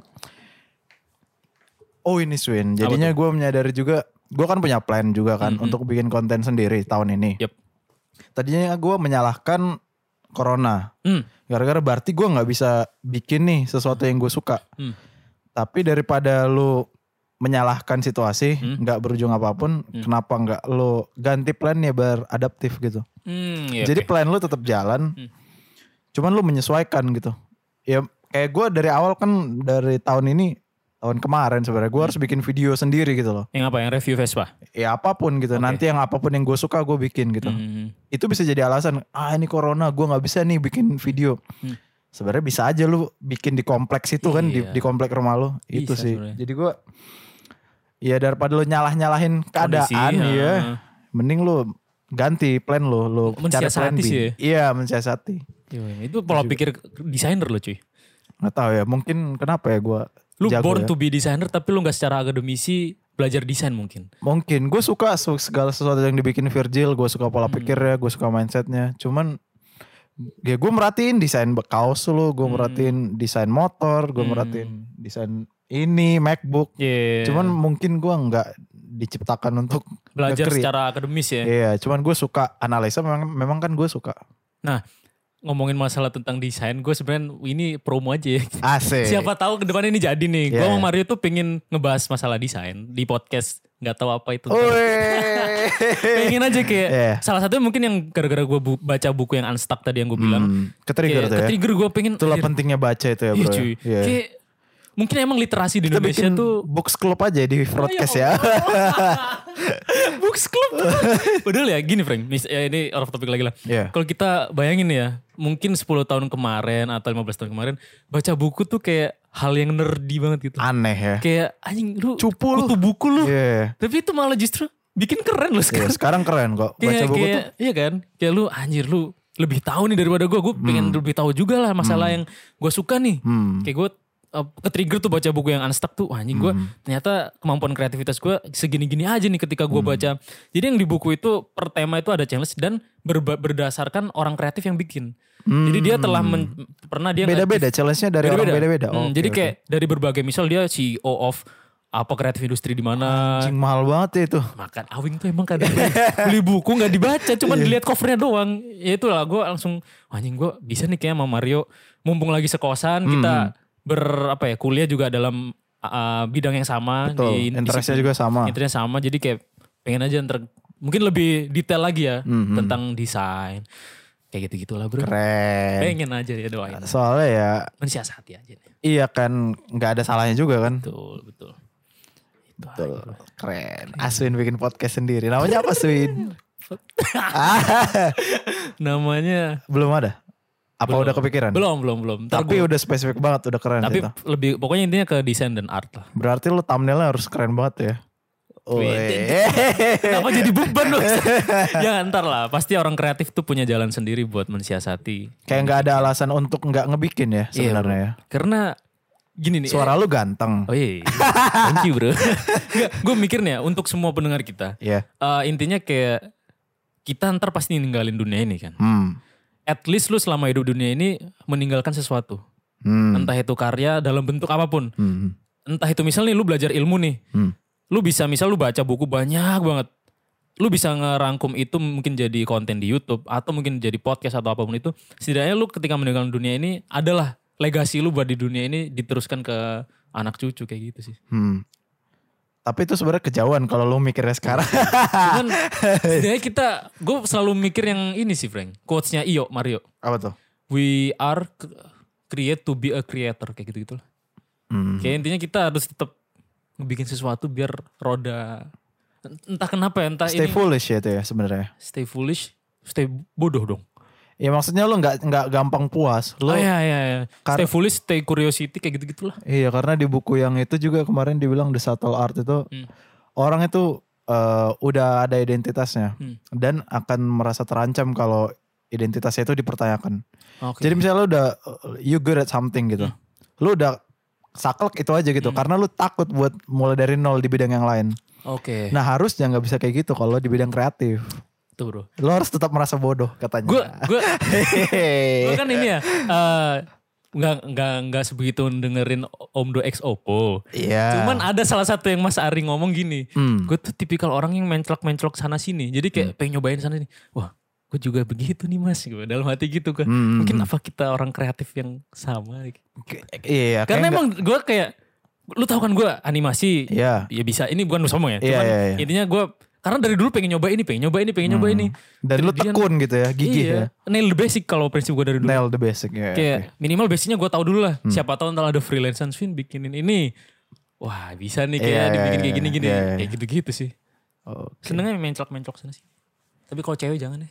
Oh ini Swin. Jadinya gue menyadari juga. Gue kan punya plan juga kan. Mm-mm. Untuk bikin konten sendiri tahun ini. Yep. Tadinya gue menyalahkan Corona. Hmm. Gara-gara berarti gue gak bisa bikin nih sesuatu yang gue suka. Hmm. Tapi daripada lu menyalahkan situasi, Hmm. nggak berujung apapun, Hmm. kenapa nggak lu ganti plannya beradaptif gitu. Hmm, iya, Jadi oke. plan lu tetap jalan, Hmm. cuman lu menyesuaikan gitu. Ya kayak gue dari awal kan dari tahun ini, tahun kemarin sebenarnya gue harus bikin video sendiri gitu loh. Yang apa? Yang review Vespa? Ya apapun gitu. Oke. Nanti yang apapun yang gue suka gue bikin gitu. Hmm. Itu bisa jadi alasan. Ah ini corona, gue nggak bisa nih bikin video. Hmm. Sebenarnya bisa aja lu bikin di kompleks itu kan di, Iya. di komplek rumah lu. Itu Bisa sih. sebenarnya. Jadi gue ya daripada lu nyalah-nyalahin Kondisi, keadaan ha. ya, mending lu ganti plan lu, lu cari plan Mensiasati B. sih ya. Iya, mensiasati. Iya, itu pola pikir desainer lo cuy. Nggak tahu ya, mungkin kenapa ya gue Lu jago born ya. to be designer tapi lu gak secara akademisi belajar desain mungkin. Mungkin gue suka su- segala sesuatu yang dibikin Virgil, gue suka pola Hmm. pikirnya, gue suka mindsetnya. Cuman ya gue merhatiin desain kaos lu, gue Hmm. merhatiin desain motor, gue Hmm. merhatiin desain ini MacBook. Iya. Cuman mungkin gue nggak diciptakan untuk belajar negeri. secara akademis ya. Iya, cuman gue suka analisa, memang memang kan gue suka. Ngomongin masalah tentang desain, gue sebenarnya ini promo aja ya. Asik. Siapa tahu ke depannya ini jadi nih. Gue Yeah. sama Mario tuh pengen ngebahas masalah desain di podcast. Gak tahu apa itu. Wih. Pengen aja kayak Yeah. salah satunya mungkin yang gara-gara gue bu- baca buku yang Unstuck tadi yang gue bilang. Hmm, ketrigger Kayak tuh ya. ketrigger gue pengen. Itulah anjir, pentingnya baca itu ya iya bro. cuy. ya. Iya. Kayak mungkin emang literasi di Kita Indonesia bikin tuh books club aja di broadcast ya. Books Club. Padahal ya gini Frank, mis- ya ini out of topic lagi lah. Iya. Kalau kita bayangin ya, mungkin sepuluh tahun kemarin atau lima belas tahun kemarin, baca buku tuh kayak hal yang nerdy banget gitu. Aneh ya. Kayak anjing lu Cupu lu. kutu buku lu. Iya. Tapi itu malah justru bikin keren loh Iya, sekarang. sekarang keren kok baca Kayak, buku kayak, tuh. iya kan? Kayak lu anjir lu lebih tahu nih daripada gue. Gue pengen lebih tahu juga lah masalah yang gue suka nih. Hmm. Kayak gue uh, ke-trigger tuh baca buku yang Unstuck tuh. Wah, anjing gue ternyata kemampuan kreativitas gue segini-gini aja nih ketika gue baca. Jadi yang di buku itu per tema itu ada challenge dan berba- berdasarkan orang kreatif yang bikin. Hmm. Jadi dia telah men- pernah dia Beda-beda challenge-nya dari orang beda-beda. Hmm, Oh, jadi oke, kayak dari berbagai misal dia C E O of apa kreatif industri di mana. Anjing mahal banget ya itu. Makan awing tuh emang kadang beli buku nggak dibaca, cuman dilihat covernya doang. Ya itulah gue langsung wah, anjing gue bisa nih kayak sama Mario mumpung lagi sekosan kita ber apa ya kuliah juga dalam uh, bidang yang sama. Betul, Di, interestnya disiplin- juga sama. Interestnya sama jadi kayak pengen aja ntar mungkin lebih detail lagi ya Mhm. tentang desain kayak gitu gitulah bro. Keren. Pengen aja ya doain. Soalnya ya Mensiasati aja nih. iya kan nggak ada salahnya juga kan. Betul betul. Itu Betul. aja, bro. Keren. Aswin bikin podcast sendiri. Namanya apa Swin? Namanya Belum ada. Apa Belum. udah kepikiran? belum belum belum. Ntar Tapi gua- udah spesifik banget, udah keren tapi itu. lebih pokoknya intinya ke desain dan art lah. Berarti lu thumbnailnya harus keren banget ya. Wih. Wih. Kenapa jadi beban loh? Ya ntar lah. Pasti orang kreatif tuh punya jalan sendiri buat mensiasati. Kayak nggak ada alasan untuk nggak ngebikin ya sebenarnya ya. Karena gini nih. Suara lu ganteng. Oh iya. Thank you bro. Gue mikirnya untuk semua pendengar kita. Iya. eh, intinya kayak kita ntar pasti ninggalin dunia ini kan. Hmm. At least lu selama hidup dunia ini meninggalkan sesuatu. Hmm. Entah itu karya dalam bentuk apapun. Hmm. Entah itu misalnya nih lu belajar ilmu nih. Hmm. Lu bisa misal lu baca buku banyak banget. Lu bisa ngerangkum itu mungkin jadi konten di YouTube atau mungkin jadi podcast atau apapun itu. Setidaknya lu ketika meninggalkan dunia ini adalah legasi lu buat di dunia ini diteruskan ke anak cucu kayak gitu sih. Hmm. Tapi itu sebenarnya kejauhan kalau lu mikirnya sekarang. Cuman setidaknya kita, gue selalu mikir yang ini sih Frank. Quotes-nya Iyo Mario. Apa tuh? We are create to be a creator kayak gitu-gitu lah. Hmm. Kayak intinya kita harus tetap ngebikin sesuatu biar roda entah kenapa ya entah Stay ini foolish ya itu ya sebenarnya. stay foolish, stay bodoh dong. Ya maksudnya lu nggak nggak gampang puas. Lu Oh iya iya iya. Kar- Stay foolish, stay curiosity kayak gitu-gitulah. Iya karena di buku yang itu juga kemarin dibilang The Subtle Art itu Hmm. orang itu eh, udah ada identitasnya Hmm. dan akan merasa terancam kalau identitasnya itu dipertanyakan. Oke. Jadi misalnya lu udah uh, you good at something gitu, Hmm. lu udah saklek itu aja gitu Hmm. karena lu takut buat mulai dari nol di bidang yang lain. Oke. Nah harusnya nggak bisa kayak gitu kalau di bidang kreatif. Tuh bro. Lu harus tetap merasa bodoh katanya. Gue gue Hehehe. gue kan ini ya eh, nggak nggak nggak sebegitu dengerin Omdo X Oppo. Iya. Cuman ada salah satu yang Mas Ari ngomong gini. Hmm. Gue tuh tipikal orang yang menclok-menclok sana sini. Jadi kayak pengen nyobain sana sini. Wah, gue juga begitu nih Mas. Gue dalam hati gitu kan. Hmm. Mungkin apa kita orang kreatif yang sama? Iya. Karena kayak emang gue kayak, lu tahu kan gue animasi. Iya. Ya bisa. Ini bukan sombong ya. Iya, Cuman iya, iya. intinya gue karena dari dulu pengen nyoba ini, pengen nyoba ini, pengen nyoba Hmm. ini. Dan lu Kemudian- tekun gitu ya, gigih iya, ya. Nail the basic kalau prinsip gue dari dulu. Nail the basic ya. Kayak minimal basicnya gue tahu dulu lah. Hmm. Siapa tahu ntar ada freelance Swin bikinin ini. Wah bisa nih kayak Iya, dibikin iya, kayak gini-gini. iya, iya. Kayak gitu-gitu sih. Oke. Senengnya menclok-menclok sana sih. Tapi kalau cewek jangan ya.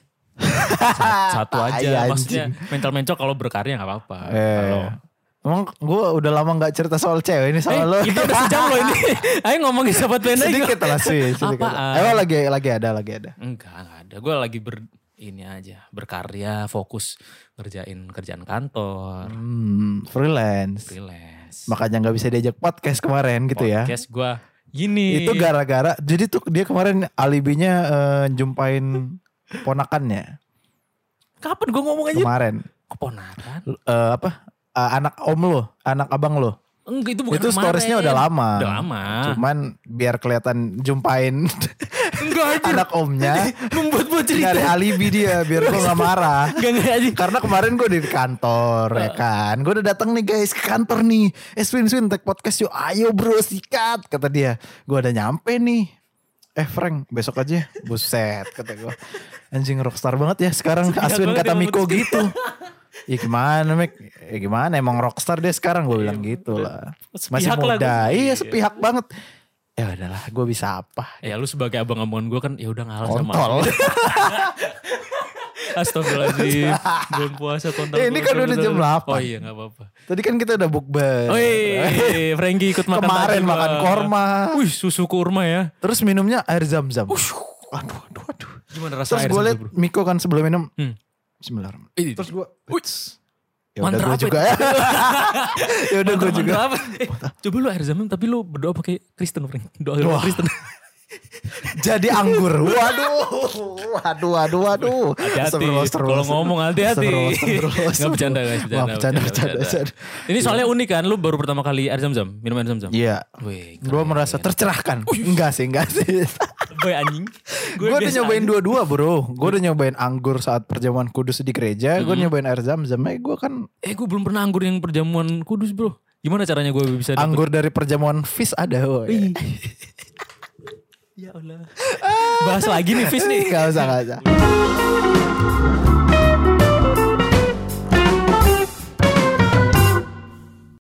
Satu, satu aja. Tai, Maksudnya anjing. menclok-menclok kalau berkarya gak apa-apa. Eh, Kalau Emang gue udah lama gak cerita soal cewek ini Eh, sama lo. kita udah sejam loh ini. Ayo ngomongin sahabat pena Sedikit lah sih. Sedikit. Apaan? Emang lagi lagi ada lagi ada. Enggak, enggak ada. Gue lagi ber ini aja, berkarya, fokus ngerjain kerjaan kantor, Hmm, freelance. freelance. Makanya nggak bisa diajak podcast kemarin gitu ya. Podcast gue gini. Itu gara-gara. Jadi tuh dia kemarin alibinya eh, jumpain ponakannya Kapan gue ngomong aja? kemarin. Keponakan? Eh, apa? Eh, anak om lo, anak abang lo. Enggak, itu bukan Itu kemarin. storiesnya udah lama. Udah lama. Cuman biar kelihatan jumpain Enggak aja. anak omnya. Membuat-buat cerita. Nyari alibi dia biar gue gak marah. Enggak, enggak aja. Karena kemarin gue di kantor ya kan. Gue udah datang nih guys ke kantor nih. Eh Swin Swin tag podcast yuk. Ayo bro sikat kata dia. Gue udah nyampe nih. Eh Frank besok aja. Buset kata gue. Anjing rockstar banget ya sekarang. Sepihak Aswin banget kata ya Miko memutuskan. gitu. Ya gimana Mek? Ya gimana emang rockstar dia sekarang gue bilang gitu lah. Masih Sepihak lah muda. gua. Iya sepihak banget. Ya udahlah gue bisa apa. Ya lu sebagai abang-abangan gue kan ya udah ngalah sama. Kontol. Astagfirullahaladzim. Bulan puasa kontol. Eh, ini kan udah jam delapan. Oh iya gak apa-apa. Tadi kan kita udah bukber. Wih, Frankie ikut makan Kemarin tadi, makan Bang. korma. Wih, susu kurma ya. Terus minumnya air zam-zam. Aduh, aduh, aduh. Gimana rasanya? Terus gue liat Miko kan sebelum minum. Hmm. Bismillahirrahmanirrahim. Ih, Terus gue, Wih. Ya udah Mantra gue apa juga itu? ya. Ya udah gue juga. Mantra apa? Eh, coba lu akhir zaman tapi lu berdoa pakai Kristen, Frank. Doa Wah. Kristen. Jadi anggur. Waduh. Waduh, waduh, waduh. Hati-hati. Astagfirullah, astagfirullah. Kalau ngomong hati-hati. Astagfirullah, astagfirullah. Nggak bercanda guys, bercanda. Wah, bercanda, bercanda, bercanda. Ini soalnya unik kan, lu baru pertama kali air zam-zam, minum air zam-zam. Iya. Wih, Gue merasa tercerahkan. Enggak sih, enggak sih. boy anjing. Gue udah biasa nyobain anjing. dua-dua bro. Gue udah nyobain anggur saat perjamuan kudus di gereja. Gue nyobain air zam-zam. Eh gue kan Eh gue belum pernah anggur yang perjamuan kudus bro. Gimana caranya gue bisa dapet? anggur dari perjamuan Fis ada. Woy. Ya Allah. Bahas lagi nih Fis nih. Gak usah, gak usah.